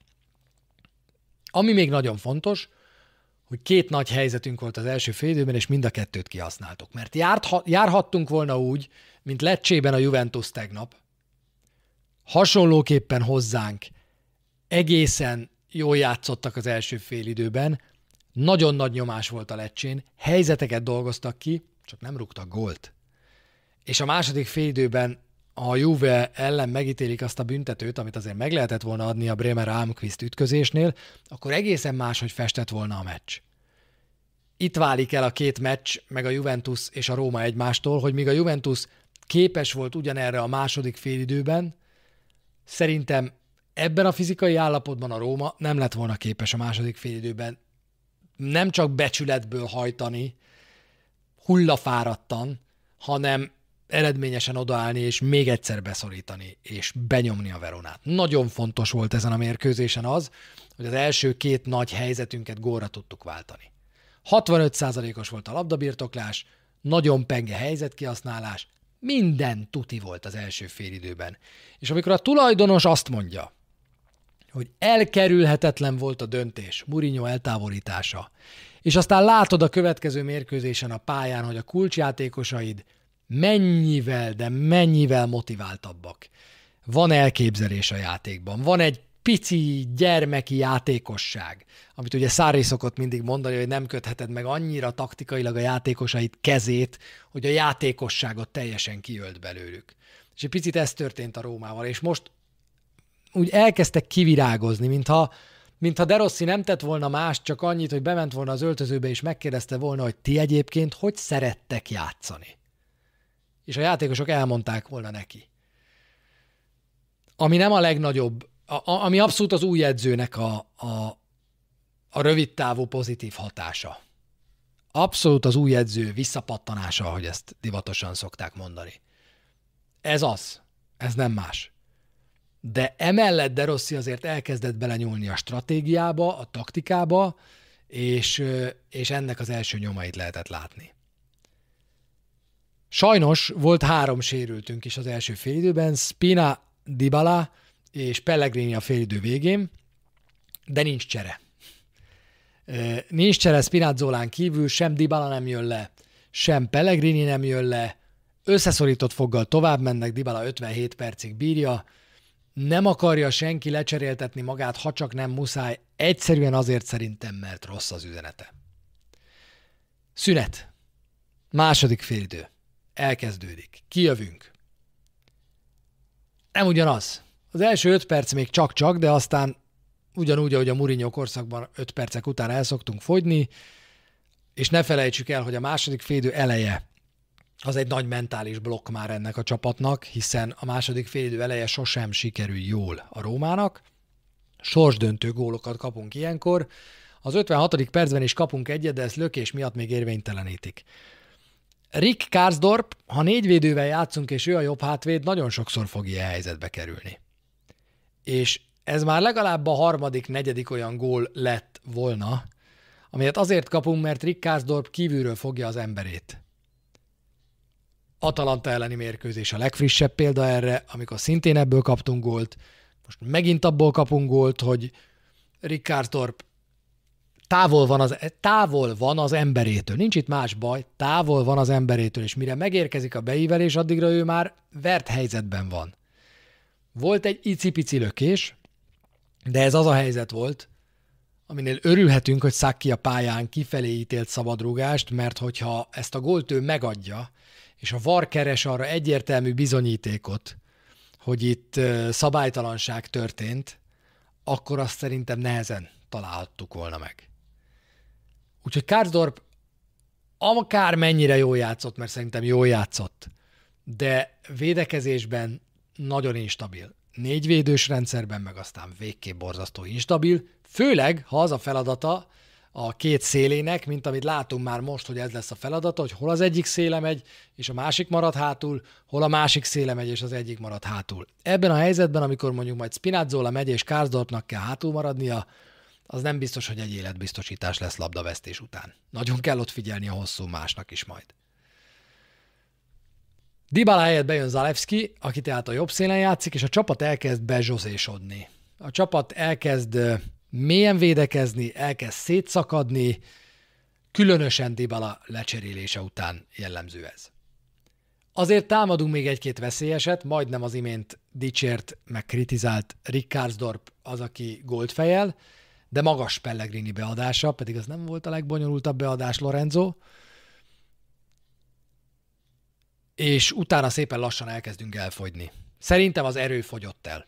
Ami még nagyon fontos, hogy 2 nagy helyzetünk volt az első fél időben, és mind a 2-t kihasználtuk. Mert járhattunk volna úgy, mint Lecce-ben a Juventus tegnap, hasonlóképpen hozzánk egészen jól játszottak az első fél időben, nagyon nagy nyomás volt a Lecce-n, helyzeteket dolgoztak ki, csak nem rúgtak gólt. És a második fél időben, ha a Juve ellen megítélik azt a büntetőt, amit azért meg lehetett volna adni a Bremer-Almqvist ütközésnél, akkor egészen máshogy festett volna a meccs. Itt válik el a 2 meccs, meg a Juventus és a Róma egymástól, hogy míg a Juventus képes volt ugyanerre a második félidőben, szerintem ebben a fizikai állapotban a Róma nem lett volna képes a második félidőben nem csak becsületből hajtani, hullafáradtan, hanem eredményesen odaállni, és még egyszer beszorítani, és benyomni a Veronát. Nagyon fontos volt ezen a mérkőzésen az, hogy az első 2 nagy helyzetünket gólra tudtuk váltani. 65%-os volt a labdabirtoklás, nagyon penge helyzetkihasználás, minden tuti volt az első félidőben. És amikor a tulajdonos azt mondja, hogy elkerülhetetlen volt a döntés, Mourinho eltávolítása, és aztán látod a következő mérkőzésen a pályán, hogy a kulcsjátékosaid mennyivel, de mennyivel motiváltabbak. Van elképzelés a játékban, van egy pici gyermeki játékosság, amit ugye Sarri szokott mindig mondani, hogy nem kötheted meg annyira taktikailag a játékosaid kezét, hogy a játékosságot teljesen kiölt belőlük. És egy picit ez történt a Rómával, és most úgy elkezdtek kivirágozni, mintha De Rossi nem tett volna más, csak annyit, hogy bement volna az öltözőbe, és megkérdezte volna, hogy ti egyébként hogy szerettek játszani. És a játékosok elmondták volna neki. Ami nem a legnagyobb, ami abszolút az új edzőnek a rövidtávú pozitív hatása. Abszolút az új edző visszapattanása, ahogy ezt divatosan szokták mondani. Ez az, ez nem más. De emellett De Rossi azért elkezdett belenyúlni a stratégiába, a taktikába, és ennek az első nyomait lehetett látni. Sajnos volt 3 sérültünk is az első félidőben, Spina, Dybala és Pellegrini a félidő végén, de nincs csere. Nincs csere Spinazzolán kívül, sem Dybala nem jön le, sem Pellegrini nem jön le, összeszorított foggal tovább mennek, Dybala 57 percig bírja, nem akarja senki lecseréltetni magát, ha csak nem muszáj, egyszerűen azért szerintem, mert rossz az üzenete. Szünet. Második félidő. Elkezdődik. Kijövünk. Nem ugyanaz. Az első 5 perc még csak-csak, de aztán ugyanúgy, ahogy a Mourinho korszakban 5 percek után el szoktunk fogyni, és ne felejtsük el, hogy a második félidő eleje az egy nagy mentális blokk már ennek a csapatnak, hiszen a második félidő eleje sosem sikerül jól a Rómának. Sorsdöntő gólokat kapunk ilyenkor. Az 56. percben is kapunk egyet, de ezt lökés miatt még érvénytelenítik. Rick Karsdorp, ha 4 védővel játszunk, és ő a jobb hátvéd, nagyon sokszor fog ilyen helyzetbe kerülni. És ez már legalább a 3., 4. olyan gól lett volna, amelyet azért kapunk, mert Rick Karsdorp kívülről fogja az emberét. Atalanta elleni mérkőzés a legfrissebb példa erre, amikor szintén ebből kaptunk gólt. Most megint abból kapunk gólt, hogy Rick Karsdorp távol van az emberétől. Nincs itt más baj, távol van az emberétől, és mire megérkezik a beívelés, addigra ő már vert helyzetben van. Volt egy icipici lökés, de ez az a helyzet volt, aminél örülhetünk, hogy Sacchi a pályán kifelé ítélt szabadrúgást, mert hogyha ezt a gólt ő megadja, és a VAR keres arra egyértelmű bizonyítékot, hogy itt szabálytalanság történt, akkor azt szerintem nehezen találhattuk volna meg. Úgyhogy Karsdorp akár mennyire jól játszott, mert szerintem jól játszott, de védekezésben nagyon instabil. 4 védős rendszerben meg aztán végképp borzasztó instabil, főleg, ha az a feladata a 2 szélének, mint amit látunk már most, hogy ez lesz a feladata, hogy hol az egyik széle megy, és a másik marad hátul, hol a másik széle megy, és az egyik marad hátul. Ebben a helyzetben, amikor mondjuk majd Spinazzola megy, és Karsdorpnak kell hátul maradnia, az nem biztos, hogy egy életbiztosítás lesz labdavesztés után. Nagyon kell ott figyelni a hosszú másnak is majd. Dybala helyett bejön Zalewski, aki tehát a jobb szélen játszik, és a csapat elkezd bezsozésodni. A csapat elkezd mélyen védekezni, elkezd szétszakadni, különösen Dybala lecserélése után jellemző ez. Azért támadunk még 1-2 veszélyeset, majdnem az imént dicsért, meg kritizált Rick Karsdorp az, aki gólt fejel, de magas Pellegrini beadása, pedig az nem volt a legbonyolultabb beadás, Lorenzo, és utána szépen lassan elkezdünk elfogyni. Szerintem az erő fogyott el.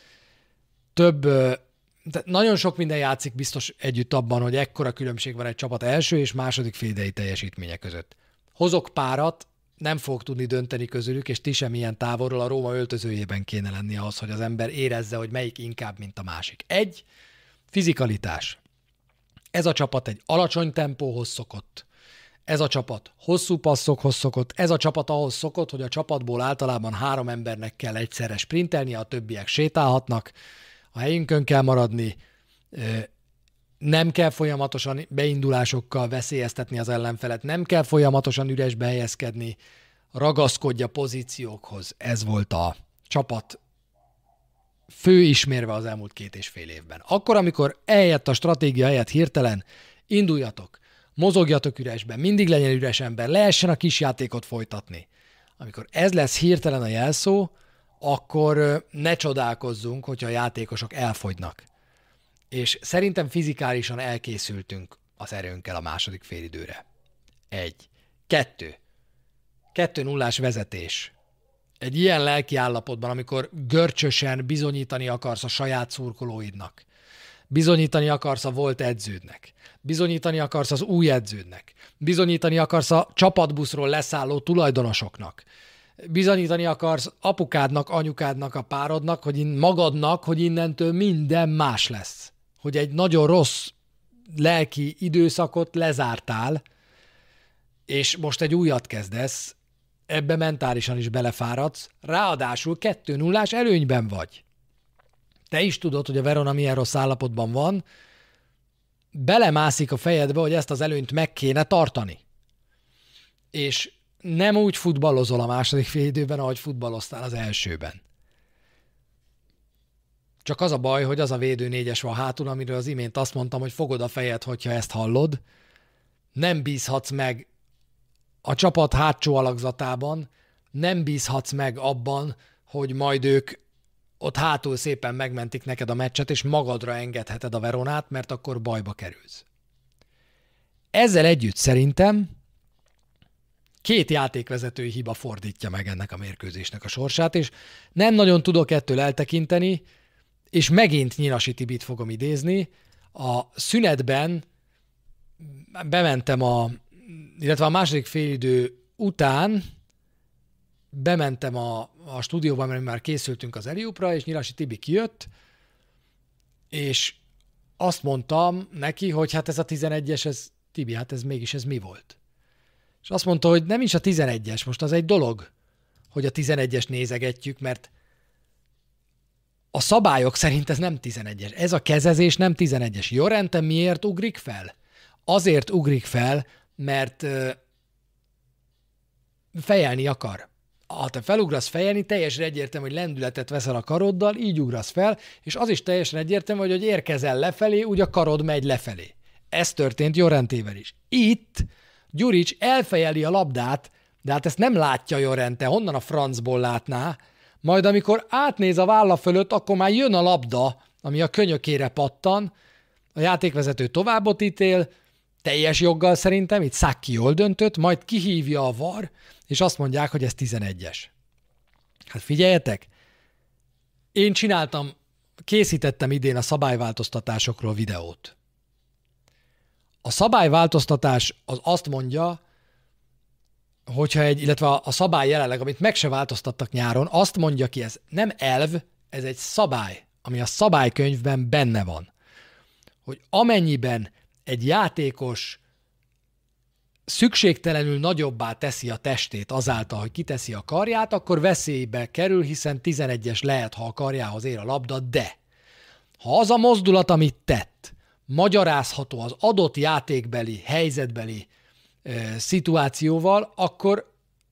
Nagyon sok minden játszik biztos együtt abban, hogy ekkora különbség van egy csapat első és második félidei teljesítménye között. Hozok párat, nem fog tudni dönteni közülük, és ti sem ilyen távolról, a Róma öltözőjében kéne lenni ahhoz, hogy az ember érezze, hogy melyik inkább, mint a másik. 1. Fizikalitás. Ez a csapat egy alacsony tempóhoz szokott. Ez a csapat hosszú passzokhoz szokott. Ez a csapat ahhoz szokott, hogy a csapatból általában 3 embernek kell egyszerre sprintelni, a többiek sétálhatnak, a helyünkön kell maradni, nem kell folyamatosan beindulásokkal veszélyeztetni az ellenfelet, nem kell folyamatosan üresbe helyezkedni, ragaszkodj a pozíciókhoz. Ez volt a csapat fő ismérve az elmúlt 2,5 évben. Akkor, amikor eljött a stratégia helyett hirtelen, induljatok, mozogjatok üresben, mindig legyen üres ember, lehessen a kisjátékot folytatni. Amikor ez lesz hirtelen a jelszó, akkor ne csodálkozzunk, hogyha a játékosok elfogynak. És szerintem fizikálisan elkészültünk az erőnkkel a második félidőre. 1. 2. 2-0-ás vezetés. Egy ilyen lelki állapotban, amikor görcsösen bizonyítani akarsz a saját szurkolóidnak, bizonyítani akarsz a volt edződnek, bizonyítani akarsz az új edződnek, bizonyítani akarsz a csapatbuszról leszálló tulajdonosoknak, bizonyítani akarsz apukádnak, anyukádnak, a párodnak, hogy magadnak, hogy innentől minden más lesz. Hogy egy nagyon rossz lelki időszakot lezártál, és most egy újat kezdesz, ebbe mentálisan is belefáradsz, ráadásul 2-0-ás előnyben vagy. Te is tudod, hogy a Verona milyen rossz állapotban van, belemászik a fejedbe, hogy ezt az előnyt meg kéne tartani. És nem úgy futballozol a második félidőben, ahogy futballoztál az elsőben. Csak az a baj, hogy az a védő 4-es van hátul, amiről az imént azt mondtam, hogy fogod a fejed, hogyha ezt hallod. Nem bízhatsz meg a csapat hátsó alakzatában, nem bízhatsz meg abban, hogy majd ők ott hátul szépen megmentik neked a meccset, és magadra engedheted a Veronát, mert akkor bajba kerülsz. Ezzel együtt szerintem 2 játékvezetői hiba fordítja meg ennek a mérkőzésnek a sorsát, és nem nagyon tudok ettől eltekinteni, és megint Nyinasi Tibit fogom idézni. A szünetben bementem illetve a második félidő után bementem a stúdióba, mert már készültünk az Eliupra, és Nyilasi Tibi kijött, és azt mondtam neki, hogy hát ez a 11-es, ez Tibi, hát ez mi volt? És azt mondta, hogy nem is a 11-es, most az egy dolog, hogy a 11-es nézegetjük, mert a szabályok szerint ez nem 11-es. Ez a kezezés nem 11-es. Llorente miért ugrik fel? Azért ugrik fel, mert fejelni akar. Ha te felugrasz fejelni, teljesen egyértelmű, hogy lendületet veszel a karoddal, így ugrasz fel, és az is teljesen egyértelmű, hogy érkezel lefelé, úgy a karod megy lefelé. Ez történt Llorentével is. Itt Gyurics elfejeli a labdát, de hát ezt nem látja Llorente, honnan a francból látná, majd amikor átnéz a válla fölött, akkor már jön a labda, ami a könyökére pattan, a játékvezető továbbot ítél, teljes joggal szerintem, itt Sacchi jól döntött, majd kihívja a VAR, és azt mondják, hogy ez 11-es. Hát figyeljetek, én készítettem idén a szabályváltoztatásokról videót. A szabályváltoztatás az azt mondja, hogyha illetve a szabály jelenleg, amit meg se változtattak nyáron, azt mondja ki, ez nem elv, ez egy szabály, ami a szabálykönyvben benne van, hogy amennyiben egy játékos szükségtelenül nagyobbá teszi a testét azáltal, hogy kiteszi a karját, akkor veszélybe kerül, hiszen 11-es lehet, ha a karjához ér a labda, de ha az a mozdulat, amit tett, magyarázható az adott játékbeli, helyzetbeli szituációval, akkor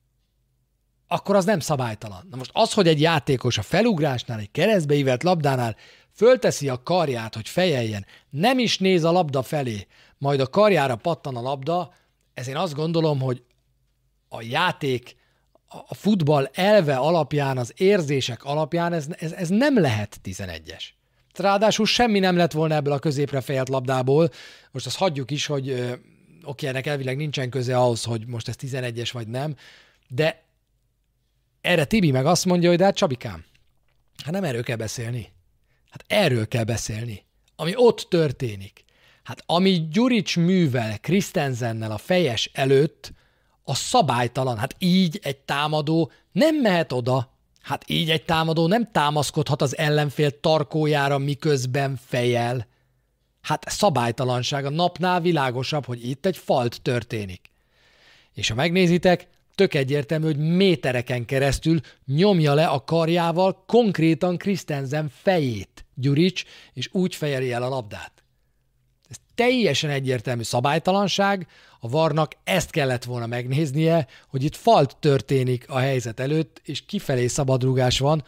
az nem szabálytalan. Na most az, hogy egy játékos a felugrásnál, egy keresztbe ívelt labdánál fölteszi a karját, hogy fejeljen, nem is néz a labda felé, majd a karjára pattan a labda, ez én azt gondolom, hogy a játék, a futball elve alapján, az érzések alapján ez nem lehet 11-es. Ráadásul semmi nem lett volna ebből a középre fejelt labdából. Most azt hagyjuk is, hogy oké, ennek elvileg nincsen köze ahhoz, hogy most ez 11-es vagy nem, de erre Tibi meg azt mondja, hogy de hát Csabikám, hát nem erről kell beszélni. Hát erről kell beszélni. Ami ott történik. Hát ami Gyurics művel Christensennel a fejes előtt, a szabálytalan. Hát így egy támadó nem mehet oda. Hát így egy támadó nem támaszkodhat az ellenfél tarkójára, miközben fejel. Hát szabálytalanság, a napnál világosabb, hogy itt egy falt történik. És ha megnézitek, tök egyértelmű, hogy métereken keresztül nyomja le a karjával konkrétan Christensen fejét Gyurics, és úgy fejeli el a labdát. Ez teljesen egyértelmű szabálytalanság, a VAR-nak ezt kellett volna megnéznie, hogy itt falt történik a helyzet előtt, és kifelé szabadrúgás van.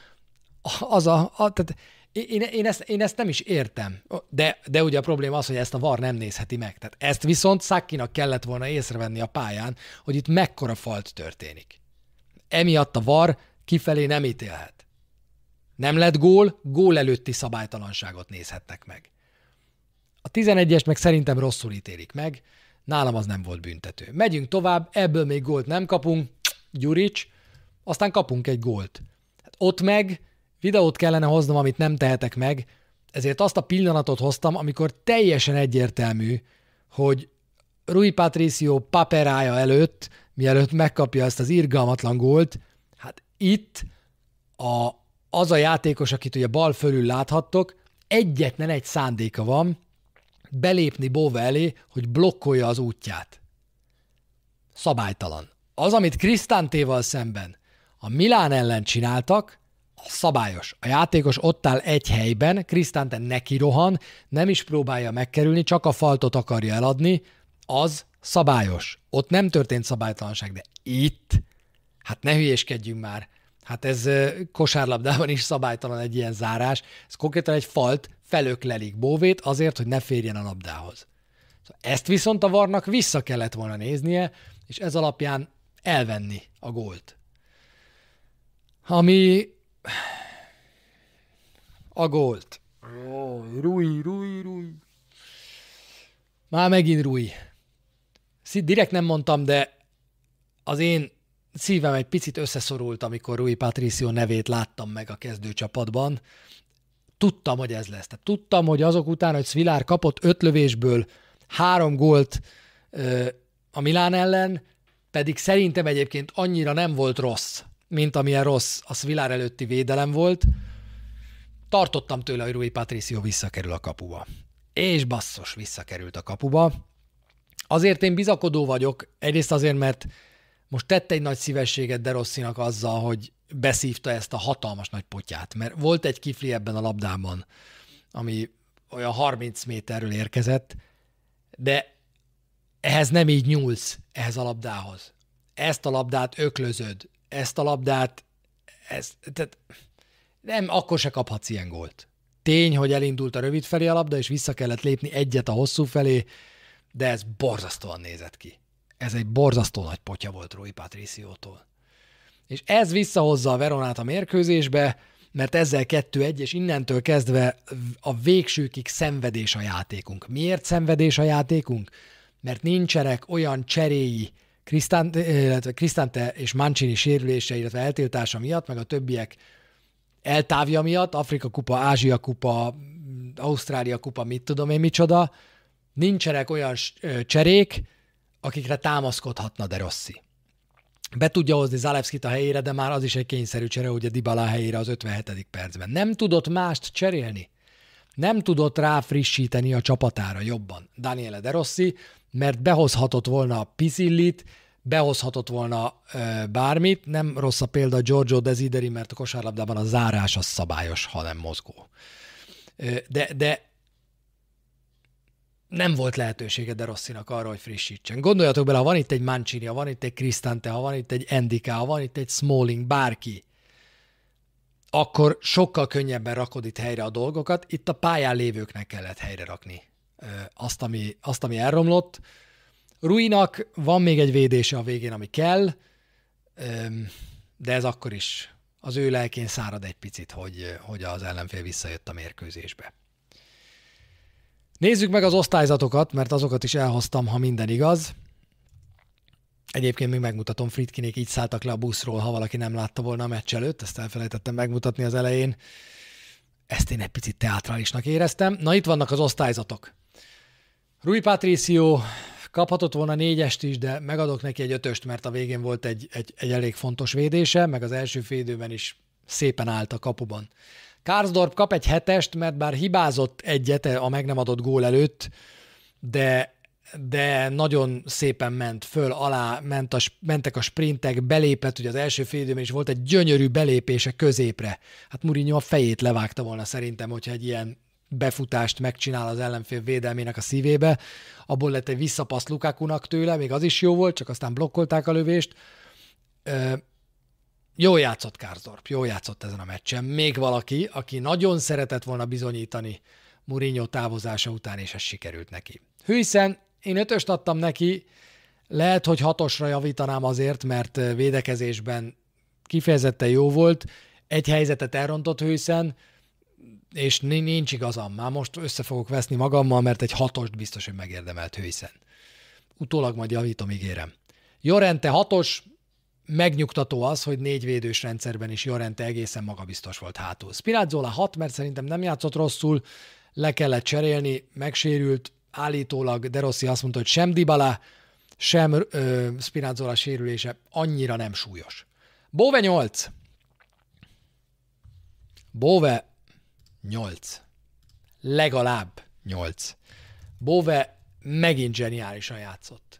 Tehát én ezt nem is értem. De ugye a probléma az, hogy ezt a VAR nem nézheti meg. Tehát ezt viszont Sacchinak kellett volna észrevenni a pályán, hogy itt mekkora falt történik. Emiatt a VAR kifelé nem ítélhet. Nem lett gól előtti szabálytalanságot nézhetnek meg. A 11-est meg szerintem rosszul ítélik meg, nálam az nem volt büntető. Megyünk tovább, ebből még gólt nem kapunk, Gyurics, aztán kapunk egy gólt. Hát ott meg videót kellene hoznom, amit nem tehetek meg, ezért azt a pillanatot hoztam, amikor teljesen egyértelmű, hogy Rui Patricio paperája előtt, mielőtt megkapja ezt az irgalmatlan gólt, hát itt az a játékos, akit ugye bal fölül láthattok, egyetlen egy szándéka van, belépni Bove elé, hogy blokkolja az útját. Szabálytalan. Az, amit Cristantéval szemben a Milán ellen csináltak, az szabályos. A játékos ott áll egy helyben, Cristante neki rohan, nem is próbálja megkerülni, csak a faltot akarja eladni, az szabályos. Ott nem történt szabálytalanság, de itt, hát ne hülyéskedjünk már, hát ez kosárlabdában is szabálytalan egy ilyen zárás, ez konkrétan egy falt, felöklelik Bóvét azért, hogy ne férjen a labdához. Ezt viszont a VAR-nak vissza kellett volna néznie, és ez alapján elvenni a gólt. Ami a gólt. Rui. Már megint Rui. Direkt nem mondtam, de az én szívem egy picit összeszorult, amikor Rui Patricio nevét láttam meg a kezdőcsapatban. Tudtam, hogy ez lesz. Tehát tudtam, hogy azok után, hogy Svilár kapott 5 lövésből 3 gólt a Milán ellen, pedig szerintem egyébként annyira nem volt rossz, mint amilyen rossz a Svilár előtti védelem volt. Tartottam tőle, hogy Rui Patricio visszakerül a kapuba. És basszus, visszakerült a kapuba. Azért én bizakodó vagyok, egyrészt azért, mert most tette egy nagy szívességet De Rossinak azzal, hogy beszívta ezt a hatalmas nagy potyát, mert volt egy kifli ebben a labdában, ami olyan 30 méterről érkezett, de ehhez nem így nyúlsz, ehhez a labdához. Ezt a labdát öklözöd, ezt a labdát, tehát nem, akkor se kaphatsz ilyen gólt. Tény, hogy elindult a rövid felé a labda, és vissza kellett lépni egyet a hosszú felé, de ez borzasztóan nézett ki. Ez egy borzasztó nagy potya volt Rui Patriciótól. És ez visszahozza a Veronát a mérkőzésbe, mert ezzel 2-1, és innentől kezdve a végsőkig szenvedés a játékunk. Miért szenvedés a játékunk? Mert nincsenek olyan cseréi Cristante és Mancini sérülése, illetve eltiltása miatt, meg a többiek eltávja miatt, Afrika kupa, Ázsia kupa, Ausztrália kupa, mit tudom én micsoda, nincsenek olyan cserék, akikre támaszkodhatna De Rossi. Be tudja hozni Zalewskit a helyére, de már az is egy kényszerű csere, ugye Dybala helyére az 57. percben. Nem tudott mást cserélni. Nem tudott ráfrissíteni a csapatára jobban Daniele De Rossi, mert behozhatott volna Pisillit, behozhatott volna bármit. Nem rossz a példa Giorgio Desideri, mert a kosárlabdában a zárás az szabályos, ha nem mozgó. De nem volt lehetősége De Rossinak arra, hogy frissítsen. Gondoljatok bele, ha van itt egy Mancini, ha van itt egy Cristante, ha van itt egy Endika, ha van itt egy Smalling, bárki, akkor sokkal könnyebben rakod itt helyre a dolgokat. Itt a pályán lévőknek kellett helyre rakni azt, ami elromlott. Ruinak van még egy védése a végén, ami kell, de ez akkor is az ő lelkén szárad egy picit, hogy az ellenfél visszajött a mérkőzésbe. Nézzük meg az osztályzatokat, mert azokat is elhoztam, ha minden igaz. Egyébként még megmutatom, Friedkinék így szálltak le a buszról, ha valaki nem látta volna a meccs előtt, ezt elfelejtettem megmutatni az elején. Ezt én egy picit teátrálisnak éreztem. Na, itt vannak az osztályzatok. Rui Patricio kaphatott volna 4-est is, de megadok neki egy 5-öst, mert a végén volt egy elég fontos védése, meg az első fél időben is szépen állt a kapuban. Karsdorp kap egy 7-est, mert bár hibázott egyet a meg nem adott gól előtt, de nagyon szépen ment föl, alá, mentek a sprintek, belépett, ugye az első fél időben is volt egy gyönyörű belépése középre. Hát Mourinho a fejét levágta volna szerintem, hogyha egy ilyen befutást megcsinál az ellenfél védelmének a szívébe. Abból lett egy visszapassz Lukakunak tőle, még az is jó volt, csak aztán blokkolták a lövést. Jól játszott Karsdorp, jól játszott ezen a meccsen. Még valaki, aki nagyon szeretett volna bizonyítani Mourinho távozása után, és ez sikerült neki. Huijsen, én 5-öst adtam neki, lehet, hogy 6-osra javítanám azért, mert védekezésben kifejezetten jó volt. Egy helyzetet elrontott Huijsen, és nincs igazam. Már most össze fogok veszni magammal, mert egy 6-ost biztos, hogy megérdemelt Huijsen. Utólag majd javítom, ígérem. Llorente 6-os, megnyugtató az, hogy 4 védős rendszerben is Llorente egészen magabiztos volt hátul. Spinazzola 6, mert szerintem nem játszott rosszul, le kellett cserélni, megsérült, állítólag De Rossi azt mondta, hogy sem Dybala, sem Spinazzola sérülése annyira nem súlyos. Bove 8. Bove 8. Legalább 8. Bove megint zseniálisan játszott.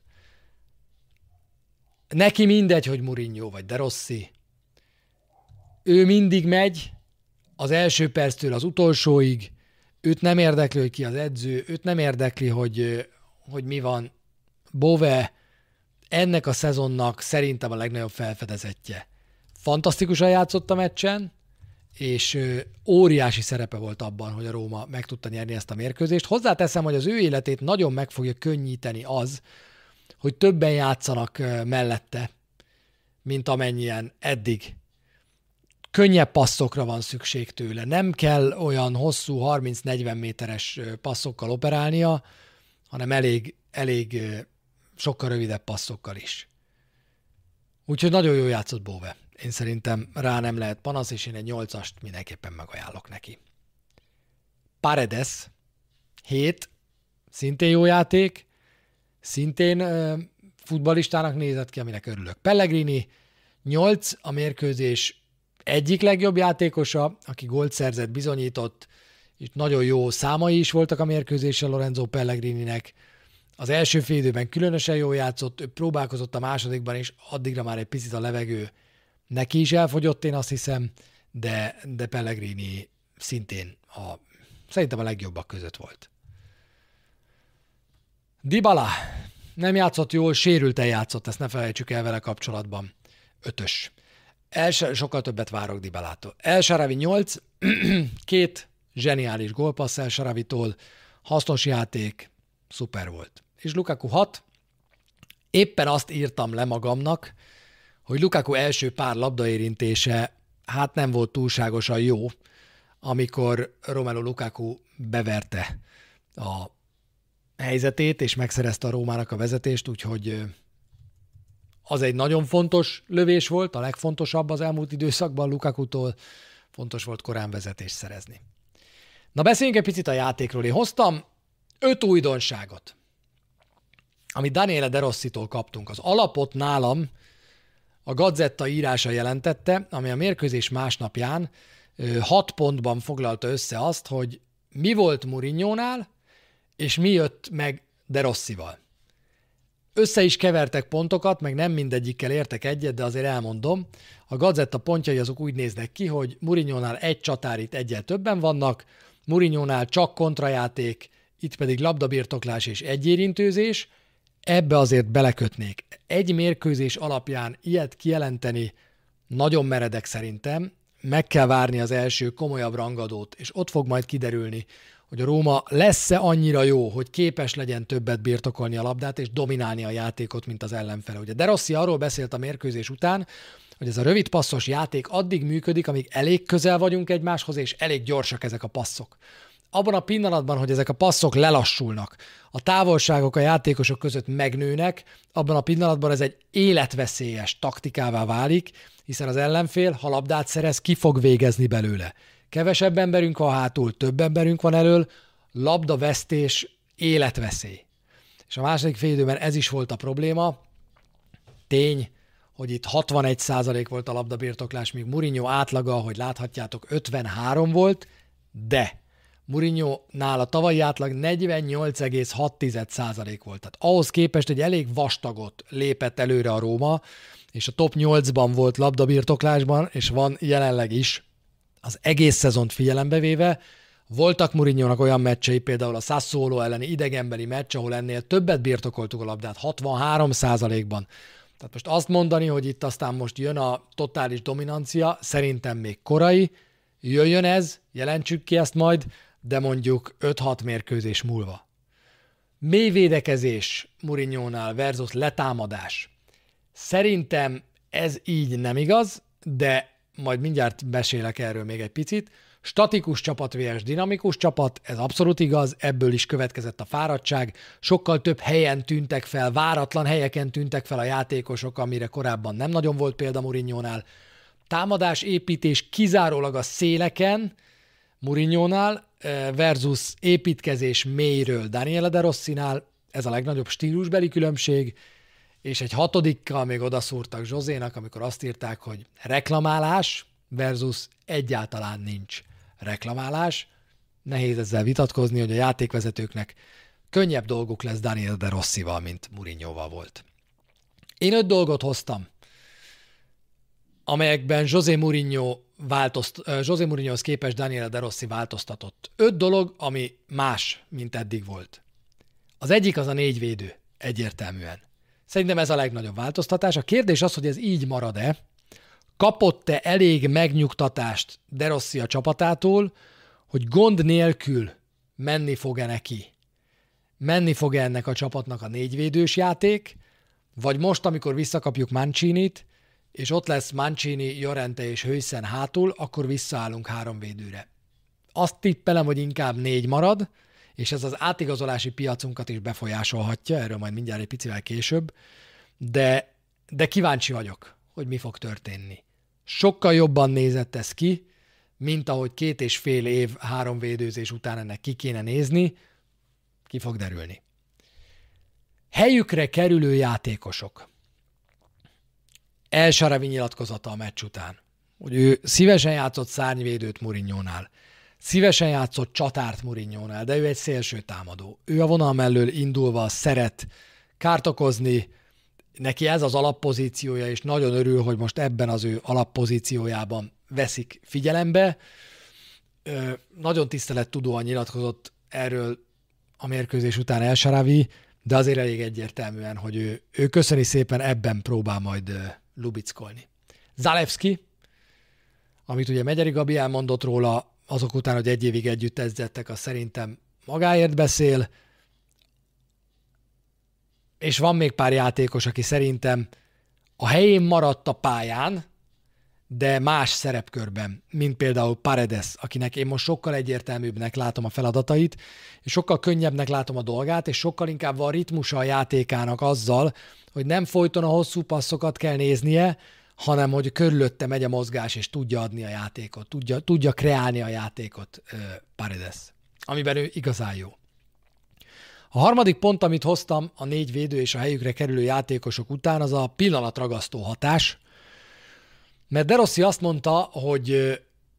Neki mindegy, hogy Mourinho vagy De Rossi. Ő mindig megy az első perctől az utolsóig. Őt nem érdekli, hogy ki az edző, őt nem érdekli, hogy mi van. Bove ennek a szezonnak szerintem a legnagyobb felfedezetje. Fantasztikusan játszott a meccsen, és óriási szerepe volt abban, hogy a Róma meg tudta nyerni ezt a mérkőzést. Hozzáteszem, hogy az ő életét nagyon meg fogja könnyíteni az, hogy többen játszanak mellette, mint amennyien eddig. Könnyebb passzokra van szükség tőle. Nem kell olyan hosszú 30-40 méteres passzokkal operálnia, hanem elég sokkal rövidebb passzokkal is. Úgyhogy nagyon jól játszott Bove. Én szerintem rá nem lehet panasz, és én egy 8-ast mindenképpen megajánlok neki. Paredes, 7, szintén jó játék, szintén futballistának nézett ki, aminek örülök. Pellegrini, 8, a mérkőzés egyik legjobb játékosa, aki gólt szerzett, bizonyított, és nagyon jó számai is voltak a mérkőzésen Lorenzo Pellegrininek. Az első fél időben különösen jól játszott, ő próbálkozott a másodikban is, addigra már egy picit a levegő neki is elfogyott, én azt hiszem, de Pellegrini szintén szerintem a legjobbak között volt. Dybala nem játszott jól, sérülten játszott, ezt ne felejtsük el vele kapcsolatban. 5-ös. Sokkal többet várok Dybalától. El Shaarawy 8, 2 zseniális gólpassz El Shaarawytól, hasznos játék, szuper volt. És Lukaku 6, éppen azt írtam le magamnak, hogy Lukaku első pár labdaérintése hát nem volt túlságosan jó, amikor Romelu Lukaku beverte a helyzetét, és megszerezte a Rómának a vezetést, úgyhogy az egy nagyon fontos lövés volt, a legfontosabb az elmúlt időszakban Lukakutól, fontos volt korán vezetést szerezni. Na beszéljünk egy picit a játékról. Én hoztam 5 újdonságot, amit Daniele De Rossitól kaptunk. Az alapot nálam a Gazzetta írása jelentette, ami a mérkőzés másnapján 6 pontban foglalta össze azt, hogy mi volt Mourinhónál, és mi jött meg De Rossival. Össze is kevertek pontokat, meg nem mindegyikkel értek egyet, de azért elmondom. A Gazzetta pontjai azok úgy néznek ki, hogy Mourinhónál egy csatár, itt egyel többen vannak, Mourinhónál csak kontrajáték, itt pedig labdabirtoklás és egyérintőzés, ebbe azért belekötnék. Egy mérkőzés alapján ilyet kijelenteni nagyon meredek szerintem, meg kell várni az első komolyabb rangadót, és ott fog majd kiderülni, hogy a Róma lesz-e annyira jó, hogy képes legyen többet birtokolni a labdát, és dominálni a játékot, mint az ellenfele. Ugye De Rossi arról beszélt a mérkőzés után, hogy ez a rövid passzos játék addig működik, amíg elég közel vagyunk egymáshoz, és elég gyorsak ezek a passzok. Abban a pillanatban, hogy ezek a passzok lelassulnak, a távolságok a játékosok között megnőnek, abban a pillanatban ez egy életveszélyes taktikává válik, hiszen az ellenfél, ha labdát szerez, ki fog végezni belőle. Kevesebb emberünk van hátul, több emberünk van elől, labdavesztés, életveszély. És a második félidőben ez is volt a probléma. Tény, hogy itt 61% volt a labdabirtoklás, míg Mourinho átlaga, ahogy láthatjátok, 53 volt, de Mourinhónál a tavalyi átlag 48,6% volt. Tehát ahhoz képest egy elég vastagot lépett előre a Róma, és a top 8-ban volt labdabirtoklásban, és van jelenleg is, az egész szezont figyelembe véve. Voltak Mourinhónak olyan meccsei, például a Sassuolo elleni idegenbeli meccs, ahol ennél többet birtokoltuk a labdát, 63%-ban. Tehát most azt mondani, hogy itt aztán most jön a totális dominancia, szerintem még korai, jöjjön ez, jelentsük ki ezt majd, de mondjuk 5-6 mérkőzés múlva. Mély védekezés Mourinhónál versus letámadás. Szerintem ez így nem igaz, de majd mindjárt mesélek erről még egy picit. Statikus csapat vs. dinamikus csapat, ez abszolút igaz, ebből is következett a fáradtság. Sokkal több helyen tűntek fel, váratlan helyeken tűntek fel a játékosok, amire korábban nem nagyon volt példa Mourinhónál. Támadás, építés kizárólag a széleken Mourinhónál versus építkezés mélyről Daniele De Rossinál, ez a legnagyobb stílusbeli különbség, és egy 6-dikkal még odaszúrtak Josénak, amikor azt írták, hogy reklamálás versus egyáltalán nincs reklamálás. Nehéz ezzel vitatkozni, hogy a játékvezetőknek könnyebb dolguk lesz Daniele De Rossival, mint Mourinhóval volt. Én 5 dolgot hoztam, amelyekben José Mourinhohoz képest Daniele De Rossi változtatott. 5 dolog, ami más, mint eddig volt. Az egyik az a 4 védő, egyértelműen. Szerintem ez a legnagyobb változtatás. A kérdés az, hogy ez így marad-e, kapott-e elég megnyugtatást De Rossi a csapatától, hogy gond nélkül menni fog-e neki. Menni fog-e ennek a csapatnak a 4 védős játék, vagy most, amikor visszakapjuk Mancinit, és ott lesz Mancini, Llorente és Huijsen hátul, akkor visszaállunk 3 védőre. Azt tippelem, hogy inkább 4 marad, és ez az átigazolási piacunkat is befolyásolhatja, erről majd mindjárt egy picivel később, de de kíváncsi vagyok, hogy mi fog történni. Sokkal jobban nézett ez ki, mint ahogy 2,5 év 3 védőzés után ennek ki kéne nézni, ki fog derülni. Helyükre kerülő játékosok. El Sharawi nyilatkozata a meccs után, hogy ő szívesen játszott szárnyvédőt Mourinhónál, szívesen játszott csatárt Mourinhónál, de ő egy szélső támadó. Ő a vonal mellől indulva szeret kárt okozni, neki ez az alappozíciója, és nagyon örül, hogy most ebben az ő alappozíciójában veszik figyelembe. Nagyon tisztelettudóan nyilatkozott erről a mérkőzés után El Sharawi, de azért elég egyértelműen, hogy ő köszöni szépen, ebben próbál majd lubickolni. Zalewski, amit ugye Megyeri Gabi elmondott róla, azok után, hogy 1 évig együtt edzettek, az szerintem magáért beszél, és van még pár játékos, aki szerintem a helyén maradt a pályán, de más szerepkörben, mint például Paredes, akinek én most sokkal egyértelműbbnek látom a feladatait, és sokkal könnyebbnek látom a dolgát, és sokkal inkább van ritmusa a játékának azzal, hogy nem folyton a hosszú passzokat kell néznie, hanem hogy körülötte megy a mozgás, és tudja adni a játékot, tudja kreálni a játékot Paredes, amiben ő igazán jó. A harmadik pont, amit hoztam a 4 védő és a helyükre kerülő játékosok után, az a pillanatragasztó hatás, mert De Rossi azt mondta, hogy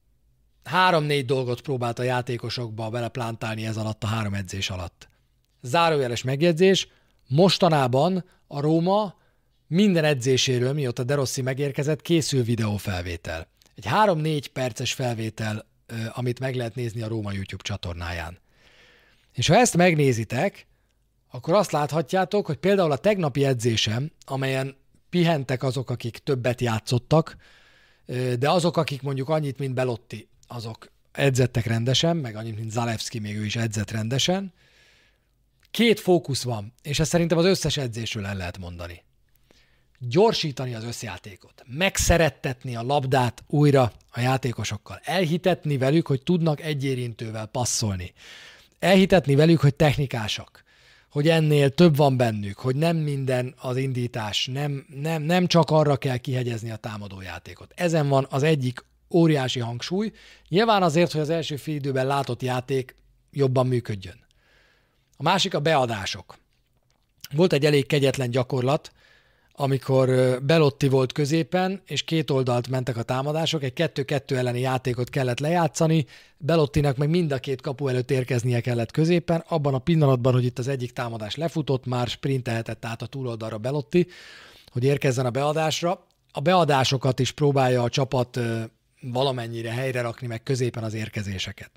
3-4 dolgot próbált a játékosokba beleplántálni ez alatt a 3 edzés alatt. Zárójeles megjegyzés, mostanában a Róma minden edzéséről, mióta De Rossi megérkezett, készül videófelvétel. Egy 3-4 perces felvétel, amit meg lehet nézni a Róma YouTube csatornáján. És ha ezt megnézitek, akkor azt láthatjátok, hogy például a tegnapi edzésem, amelyen pihentek azok, akik többet játszottak, de azok, akik mondjuk annyit, mint Belotti, azok edzettek rendesen, meg annyit, mint Zalewski, még ő is edzett rendesen. 2 fókusz van, és ezt szerintem az összes edzésről el lehet mondani. Gyorsítani az összjátékot, megszerettetni a labdát újra a játékosokkal, elhitetni velük, hogy tudnak egyérintővel passzolni, elhitetni velük, hogy technikásak, hogy ennél több van bennük, hogy nem minden az indítás, nem csak arra kell kihegyezni a támadójátékot. Ezen van az egyik óriási hangsúly, nyilván azért, hogy az első félidőben látott játék jobban működjön. A másik a beadások. Volt egy elég kegyetlen gyakorlat, amikor Belotti volt középen, és 2 oldalt mentek a támadások, egy 2-2 elleni játékot kellett lejátszani, Belottinak meg mind a 2 kapu előtt érkeznie kellett középen, abban a pillanatban, hogy itt az egyik támadás lefutott, már sprintelhetett át a túloldalra Belotti, hogy érkezzen a beadásra. A beadásokat is próbálja a csapat valamennyire helyre rakni, meg középen az érkezéseket.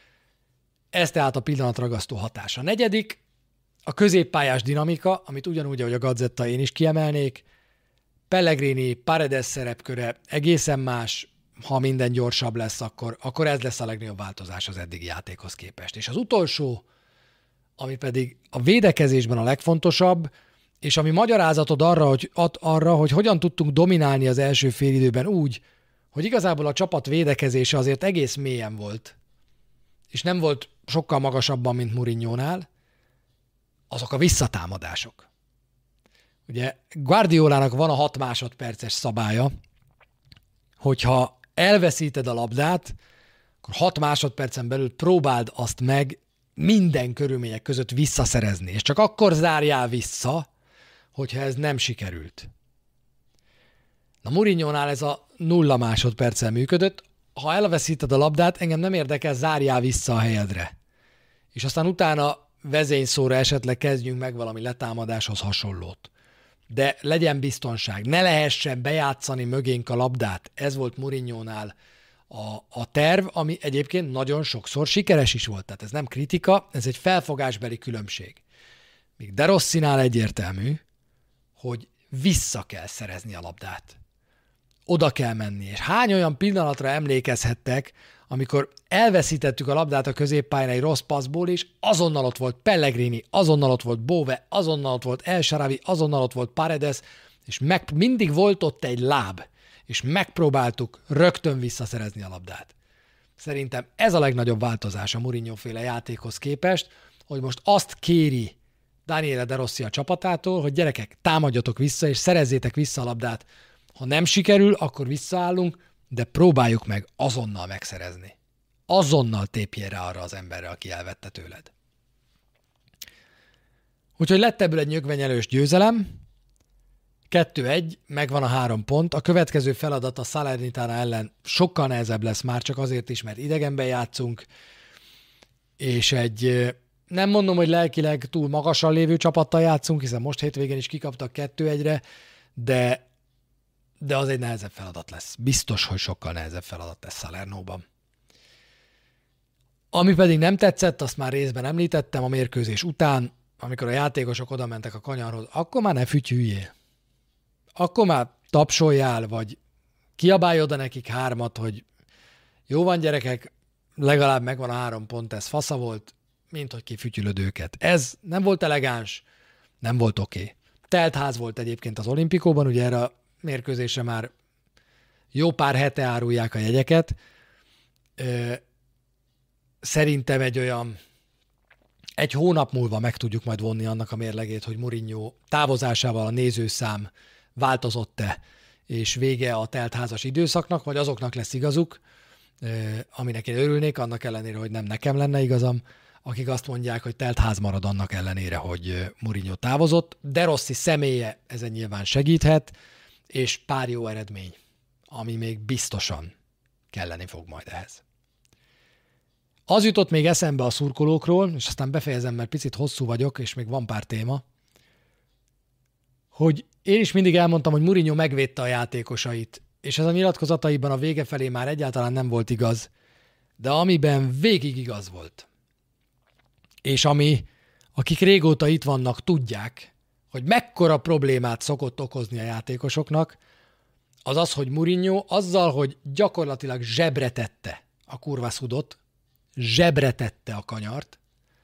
Ez tehát a pillanatragasztó hatás. A negyedik, a középpályás dinamika, amit ugyanúgy, ahogy a Gazzetta én is kiemelnék, Pellegrini, Paredes szerepköre egészen más, ha minden gyorsabb lesz, akkor ez lesz a legnagyobb változás az eddigi játékhoz képest. És az utolsó, ami pedig a védekezésben a legfontosabb, és ami magyarázatot arra, hogy hogyan tudtunk dominálni az első félidőben úgy, hogy igazából a csapat védekezése azért egész mélyen volt, és nem volt sokkal magasabban, mint Mourinhónál, azok a visszatámadások. Ugye Guardiolának van a 6 másodperces szabálya, hogyha elveszíted a labdát, akkor 6 másodpercen belül próbáld azt meg minden körülmények között visszaszerezni, és csak akkor zárjál vissza, hogyha ez nem sikerült. Na Mourinhónál ez a 0 másodperccel működött, ha elveszíted a labdát, engem nem érdekel, zárjál vissza a helyedre. És aztán utána vezényszóra esetleg kezdjünk meg valami letámadáshoz hasonlót. De legyen biztonság, ne lehessen bejátszani mögénk a labdát. Ez volt Mourinhónál a terv, ami egyébként nagyon sokszor sikeres is volt. Tehát ez nem kritika, ez egy felfogásbeli különbség. Míg De Rossinál egyértelmű, hogy vissza kell szerezni a labdát. Oda kell menni. És hány olyan pillanatra emlékezhettek, amikor elveszítettük a labdát a középpályán egy rossz passzból, és azonnal ott volt Pellegrini, azonnal ott volt Bove, azonnal ott volt El Sharawi, azonnal ott volt Paredes, és mindig volt ott egy láb, és megpróbáltuk rögtön visszaszerezni a labdát. Szerintem ez a legnagyobb változás a Mourinho-féle játékhoz képest, hogy most azt kéri Daniele De Rossi a csapatától, hogy gyerekek, támadjatok vissza, és szerezzétek vissza a labdát. Ha nem sikerül, akkor visszaállunk, de próbáljuk meg azonnal megszerezni. Azonnal tépjél rá arra az emberre, aki elvette tőled. Úgyhogy lett ebből egy nyögvenyelős győzelem, 2-1, megvan a 3 pont. A következő feladat a Salernitana ellen sokkal nehezebb lesz már, csak azért is, mert idegenben játszunk, és egy, nem mondom, hogy lelkileg túl magasan lévő csapattal játszunk, hiszen most hétvégén is kikaptak 2-1-re, de az egy nehezebb feladat lesz. Biztos, hogy sokkal nehezebb feladat lesz Salernóban. Ami pedig nem tetszett, azt már részben említettem a mérkőzés után, amikor a játékosok oda mentek a kanyarhoz, akkor már ne fütyüljél. Akkor már tapsoljál, vagy kiabálj oda nekik 3, hogy jó van gyerekek, legalább megvan a 3 pont, ez fasza volt, mint hogy kifütyülöd őket. Ez nem volt elegáns, nem volt oké. Telt ház volt egyébként az Olimpikóban, ugye erre a mérkőzésre már jó pár hete árulják a jegyeket. Szerintem egy hónap múlva meg tudjuk majd vonni annak a mérlegét, hogy Mourinho távozásával a nézőszám változott-e, és vége a teltházas időszaknak, vagy azoknak lesz igazuk, aminek én örülnék, annak ellenére, hogy nem nekem lenne igazam, akik azt mondják, hogy teltház marad annak ellenére, hogy Mourinho távozott. De Rossi személye ezen nyilván segíthet, és pár jó eredmény, ami még biztosan kelleni fog majd ehhez. Az jutott még eszembe a szurkolókról, és aztán befejezem, mert picit hosszú vagyok, és még van pár téma, hogy én is mindig elmondtam, hogy Mourinho megvédte a játékosait, és ez a nyilatkozataiban a vége felé már egyáltalán nem volt igaz, de amiben végig igaz volt. És akik régóta itt vannak, tudják, hogy mekkora problémát szokott okozni a játékosoknak, az az, hogy Mourinho azzal, hogy gyakorlatilag zsebre tette a kurvaszudot, zsebre tette a kanyart,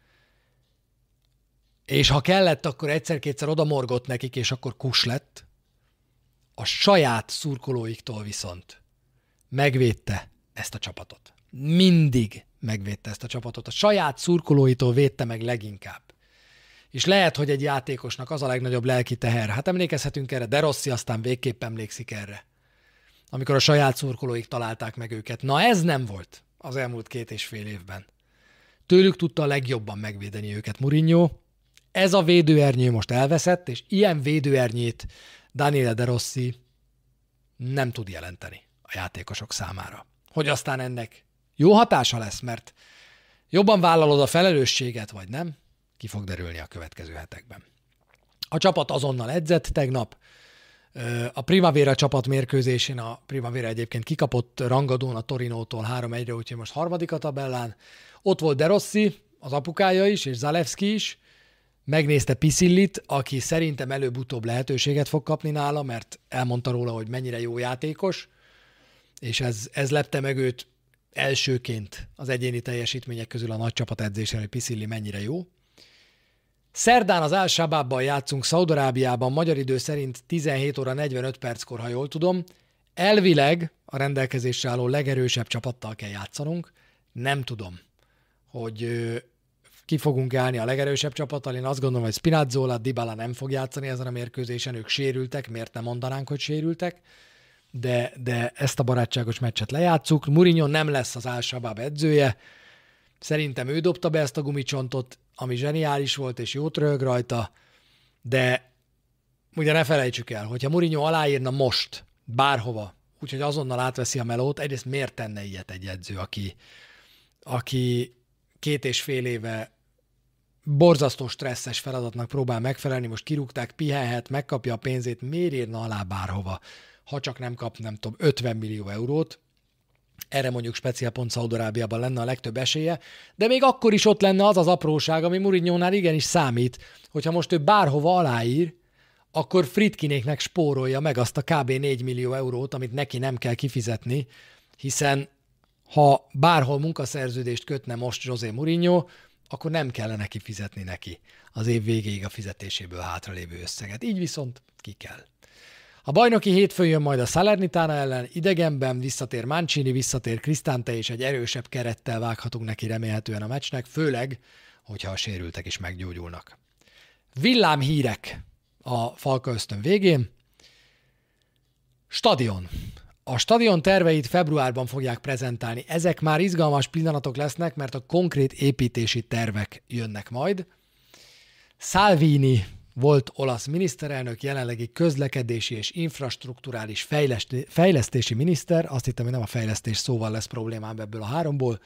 és ha kellett, akkor egyszer-kétszer odamorgott nekik, és akkor kus lett, a saját szurkolóiktól viszont megvédte ezt a csapatot. Mindig megvédte ezt a csapatot. A saját szurkolóitól védte meg leginkább. És lehet, hogy egy játékosnak az a legnagyobb lelki teher. Hát emlékezhetünk erre, De Rossi aztán végképp emlékszik erre. Amikor a saját szurkolóik találták meg őket. Na ez nem volt az elmúlt 2,5 évben. Tőlük tudta a legjobban megvédeni őket Mourinho. Ez a védőernyő most elveszett, és ilyen védőernyét Daniele De Rossi nem tud jelenteni a játékosok számára. Hogy aztán ennek jó hatása lesz, mert jobban vállalod a felelősséget, vagy nem, ki fog derülni a következő hetekben. A csapat azonnal edzett tegnap. A Primavera csapat mérkőzésén a Primavera egyébként kikapott rangadón a Torinótól 3-1-re, úgyhogy most 3. a tabellán. Ott volt De Rossi, az apukája is, és Zalewski is. Megnézte Pisillit, aki szerintem előbb-utóbb lehetőséget fog kapni nála, mert elmondta róla, hogy mennyire jó játékos, és ez lepte meg őt elsőként az egyéni teljesítmények közül a nagy csapat edzésen, hogy Pisilli mennyire jó. Szerdán az Al-Shababbal játszunk Szaúd-Arábiában, magyar idő szerint 17 óra 45 perckor, ha jól tudom. Elvileg a rendelkezésre álló legerősebb csapattal kell játszanunk. Nem tudom, hogy ki fogunk állni a legerősebb csapattal. Én azt gondolom, hogy Spinazzola, Dybala nem fog játszani ezen a mérkőzésen, ők sérültek, miért nem mondanánk, hogy sérültek, de ezt a barátságos meccset lejátszuk. Mourinho nem lesz az Al-Shabaab edzője, szerintem ő dobta be ezt a gumicsontot, ami zseniális volt, és jót röhög rajta, de ugye ne felejtsük el, hogyha Mourinho aláírna most bárhova, úgyhogy azonnal átveszi a melót, egyrészt miért tenne ilyet egy edző, aki 2,5 éve borzasztó stresszes feladatnak próbál megfelelni, most kirúgták, pihenhet, megkapja a pénzét, miért írna alá bárhova, ha csak nem kap, nem tudom, 50 millió eurót, erre mondjuk speciál pont Szaúd-Arábiában lenne a legtöbb esélye, de még akkor is ott lenne az az apróság, ami Mourinhónál igenis számít, hogyha most ő bárhova aláír, akkor Friedkinéknek spórolja meg azt a kb. 4 millió eurót, amit neki nem kell kifizetni, hiszen ha bárhol munkaszerződést kötne most José Mourinho, akkor nem kellene kifizetni neki az év végéig a fizetéséből hátralévő összeget. Így viszont ki kell. A bajnoki hétfőn jön majd a Salernitana ellen, idegenben visszatér Mancini, visszatér Cristante, és egy erősebb kerettel vághatunk neki remélhetően a meccsnek, főleg, hogyha a sérültek is meggyógyulnak. Villámhírek a Falka Ösztön végén. Stadion. A stadion terveit februárban fogják prezentálni. Ezek már izgalmas pillanatok lesznek, mert a konkrét építési tervek jönnek majd. Salvini volt olasz miniszterelnök, jelenlegi közlekedési és infrastrukturális fejlesztési miniszter. Azt hittem, hogy nem a fejlesztés szóval lesz problémám ebből a háromból.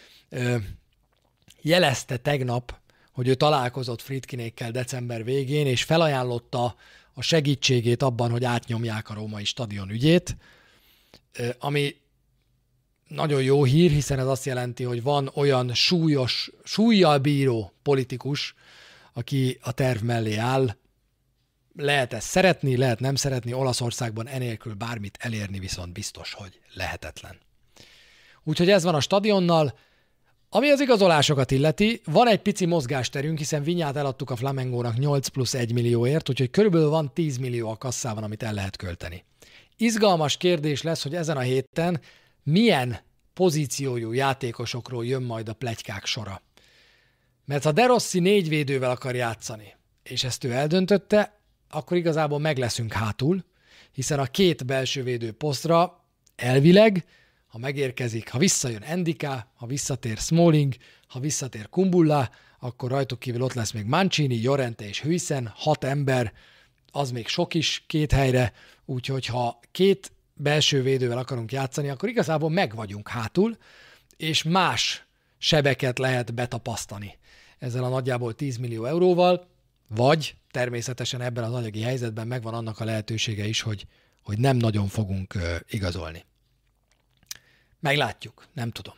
Jelezte tegnap, hogy ő találkozott Friedkinékkel december végén, és felajánlotta a segítségét abban, hogy átnyomják a római stadion ügyét, ami nagyon jó hír, hiszen ez azt jelenti, hogy van olyan súllyal bíró politikus, aki a terv mellé áll. Lehet ezt szeretni, lehet nem szeretni, Olaszországban enélkül bármit elérni viszont biztos, hogy lehetetlen. Úgyhogy ez van a stadionnal. Ami az igazolásokat illeti, van egy pici mozgásterünk, hiszen Vinyát eladtuk a Flamengónak 8 plusz 1 millióért, úgyhogy körülbelül van 10 millió a kasszában, amit el lehet költeni. Izgalmas kérdés lesz, hogy ezen a héten milyen pozíciójú játékosokról jön majd a pletykák sora. Mert ha De Rossi 4 védővel akar játszani, és ezt ő eldöntötte, akkor igazából meg leszünk hátul, hiszen a 2 belső védő posztra elvileg, ha megérkezik, ha visszajön Endika, ha visszatér Smalling, ha visszatér Kumbulla, akkor rajtuk kívül ott lesz még Mancini, Llorente és Huijsen, 6 ember, az még sok is 2 helyre, úgyhogy ha 2 belső védővel akarunk játszani, akkor igazából meg vagyunk hátul, és más sebeket lehet betapasztani ezzel a nagyjából 10 millió euróval, vagy természetesen ebben az anyagi helyzetben megvan annak a lehetősége is, hogy nem nagyon fogunk igazolni. Meglátjuk, nem tudom.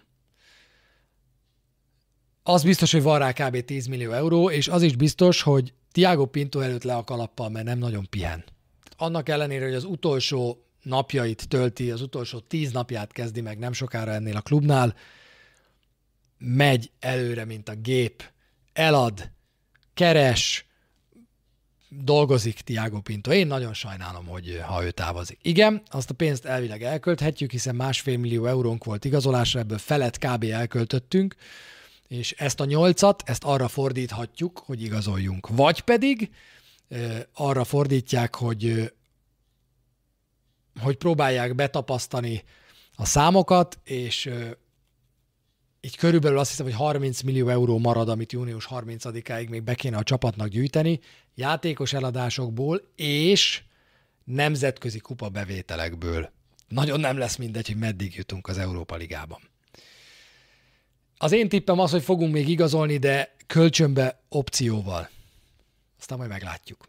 Az biztos, hogy van rá kb. 10 millió euró, és az is biztos, hogy Thiago Pinto előtt le a kalappal, mert nem nagyon pihen. Annak ellenére, hogy az utolsó napjait tölti, az utolsó 10 napját kezdi meg nem sokára ennél a klubnál, megy előre, mint a gép, elad, keres, dolgozik Thiago Pinto. Én nagyon sajnálom, hogy ha ő távozik. Igen, azt a pénzt elvileg elkölthetjük, hiszen 1,5 millió eurónk volt igazolásra, ebből felet kb. Elköltöttünk, és ezt a 8-at, ezt arra fordíthatjuk, hogy igazoljunk. Vagy pedig arra fordítják, hogy próbálják betapasztani a számokat, és így körülbelül azt hiszem, hogy 30 millió euró marad, amit június 30-áig még be kéne a csapatnak gyűjteni, játékos eladásokból és nemzetközi kupa bevételekből. Nagyon nem lesz mindegy, hogy meddig jutunk az Európa Ligában. Az én tippem az, hogy fogunk még igazolni, de kölcsönbe opcióval. Aztán majd meglátjuk.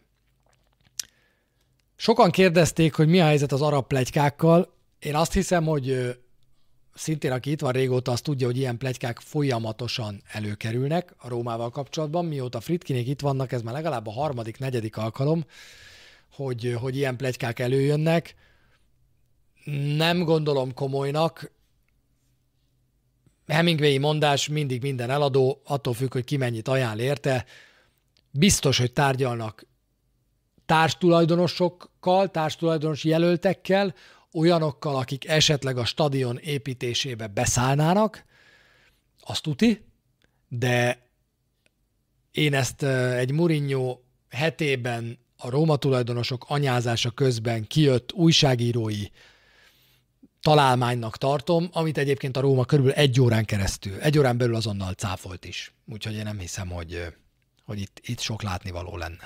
Sokan kérdezték, hogy mi a helyzet az arab pletykákkal. Én azt hiszem, hogy szintén aki itt van régóta, az tudja, hogy ilyen pletykák folyamatosan előkerülnek a Rómával kapcsolatban. Mióta Friedkinék itt vannak, ez már legalább a 3.-4. alkalom, hogy ilyen pletykák előjönnek. Nem gondolom komolynak. Hemingwayi mondás, mindig minden eladó, attól függ, hogy ki mennyit ajánl érte. Biztos, hogy tárgyalnak társtulajdonosokkal, társtulajdonos jelöltekkel, olyanokkal, akik esetleg a stadion építésébe beszállnának, azt tuti, de én ezt egy Mourinho hetében a Róma tulajdonosok anyázása közben kijött újságírói találmánynak tartom, amit egyébként a Róma körülbelül 1 órán belül azonnal cáfolt is. Úgyhogy én nem hiszem, hogy itt sok látnivaló lenne.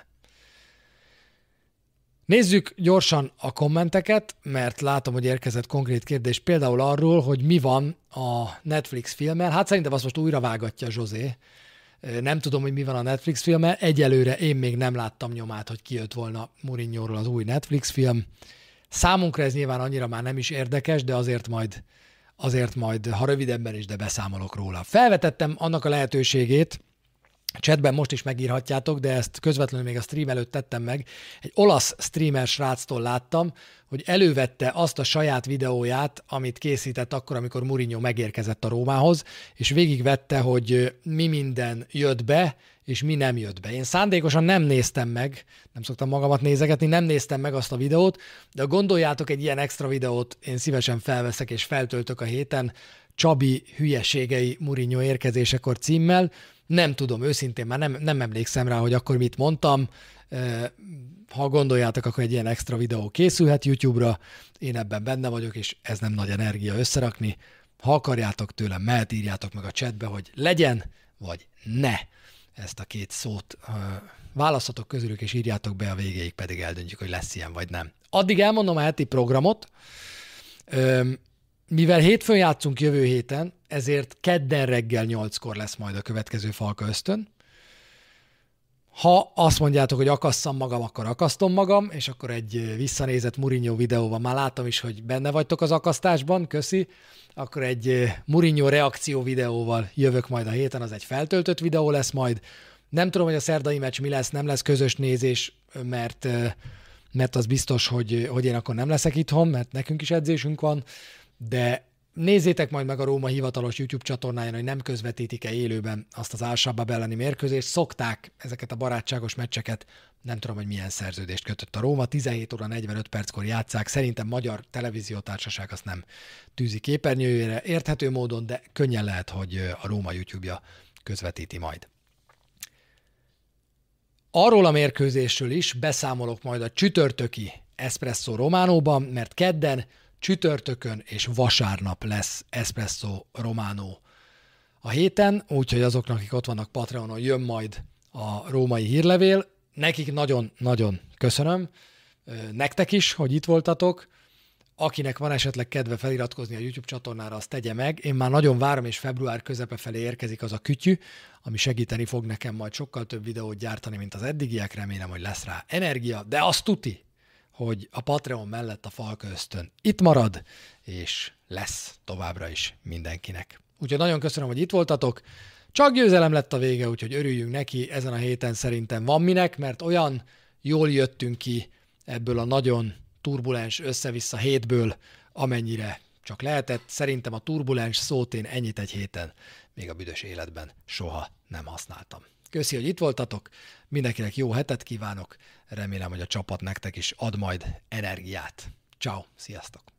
Nézzük gyorsan a kommenteket, mert látom, hogy érkezett konkrét kérdés például arról, hogy mi van a Netflix filmmel. Hát szerintem azt most újra vágatja José. Nem tudom, hogy mi van a Netflix filmmel. Egyelőre én még nem láttam nyomát, hogy kijött volna Mourinhoról az új Netflix film. Számunkra ez nyilván annyira már nem is érdekes, de azért majd, ha rövidebben is, de beszámolok róla. Felvetettem annak a lehetőségét, chatben most is megírhatjátok, de ezt közvetlenül még a stream előtt tettem meg. Egy olasz streamer sráctól láttam, hogy elővette azt a saját videóját, amit készített akkor, amikor Mourinho megérkezett a Rómához, és végigvette, hogy mi minden jött be, és mi nem jött be. Én szándékosan nem néztem meg, nem szoktam magamat nézegetni, nem néztem meg azt a videót, de gondoljátok, egy ilyen extra videót én szívesen felveszek és feltöltök a héten, Csabi hülyeségei Mourinho érkezésekor címmel, Nem tudom, őszintén már nem emlékszem rá, hogy akkor mit mondtam. Ha gondoljátok, akkor egy ilyen extra videó készülhet YouTube-ra, én ebben benne vagyok, és ez nem nagy energia összerakni. Ha akarjátok tőlem, mehet, írjátok meg a chatbe, hogy legyen, vagy ne. Ezt a két szót választhatok közülük, és írjátok be, a végéig pedig eldöntjük, hogy lesz ilyen, vagy nem. Addig elmondom a heti programot. Mivel hétfőn játszunk jövő héten, ezért kedden reggel 8-kor lesz majd a következő Falka Ösztön. Ha azt mondjátok, hogy akasszam magam, akkor akasztom magam, és akkor egy visszanézett Mourinho videóban, már láttam is, hogy benne vagytok az akasztásban, köszi, akkor egy Mourinho reakció videóval jövök majd a héten, az egy feltöltött videó lesz majd. Nem tudom, hogy a szerdai meccs mi lesz, nem lesz közös nézés, mert az biztos, hogy én akkor nem leszek itthon, mert nekünk is edzésünk van, de nézzétek majd meg a Róma hivatalos YouTube csatornáján, hogy nem közvetítik-e élőben azt az Al-Shabaab elleni mérkőzést. Szokták ezeket a barátságos meccseket, nem tudom, hogy milyen szerződést kötött a Róma, 17 óra 45 perckor játsszák, szerintem magyar televíziótársaság azt nem tűzi képernyőjére érthető módon, de könnyen lehet, hogy a Róma YouTube-ja közvetíti majd. Arról a mérkőzésről is beszámolok majd a csütörtöki Espresso Románóban, mert kedden, csütörtökön és vasárnap lesz Espresso Romano a héten, úgyhogy azoknak, akik ott vannak Patreonon, jön majd a római hírlevél. Nekik nagyon-nagyon köszönöm, nektek is, hogy itt voltatok. Akinek van esetleg kedve feliratkozni a YouTube csatornára, azt tegye meg. Én már nagyon várom, és február közepe felé érkezik az a kütyű, ami segíteni fog nekem majd sokkal több videót gyártani, mint az eddigiek. Remélem, hogy lesz rá energia, de azt tuti, hogy a Patreon mellett a Falka Ösztön itt marad, és lesz továbbra is mindenkinek. Úgyhogy nagyon köszönöm, hogy itt voltatok. Csak győzelem lett a vége, úgyhogy örüljünk neki. Ezen a héten szerintem van minek, mert olyan jól jöttünk ki ebből a nagyon turbulens össze-vissza hétből, amennyire csak lehetett. Szerintem a turbulens szót én ennyit egy héten még a büdös életben soha nem használtam. Köszi, hogy itt voltatok, mindenkinek jó hetet kívánok, remélem, hogy a csapat nektek is ad majd energiát. Ciao, sziasztok!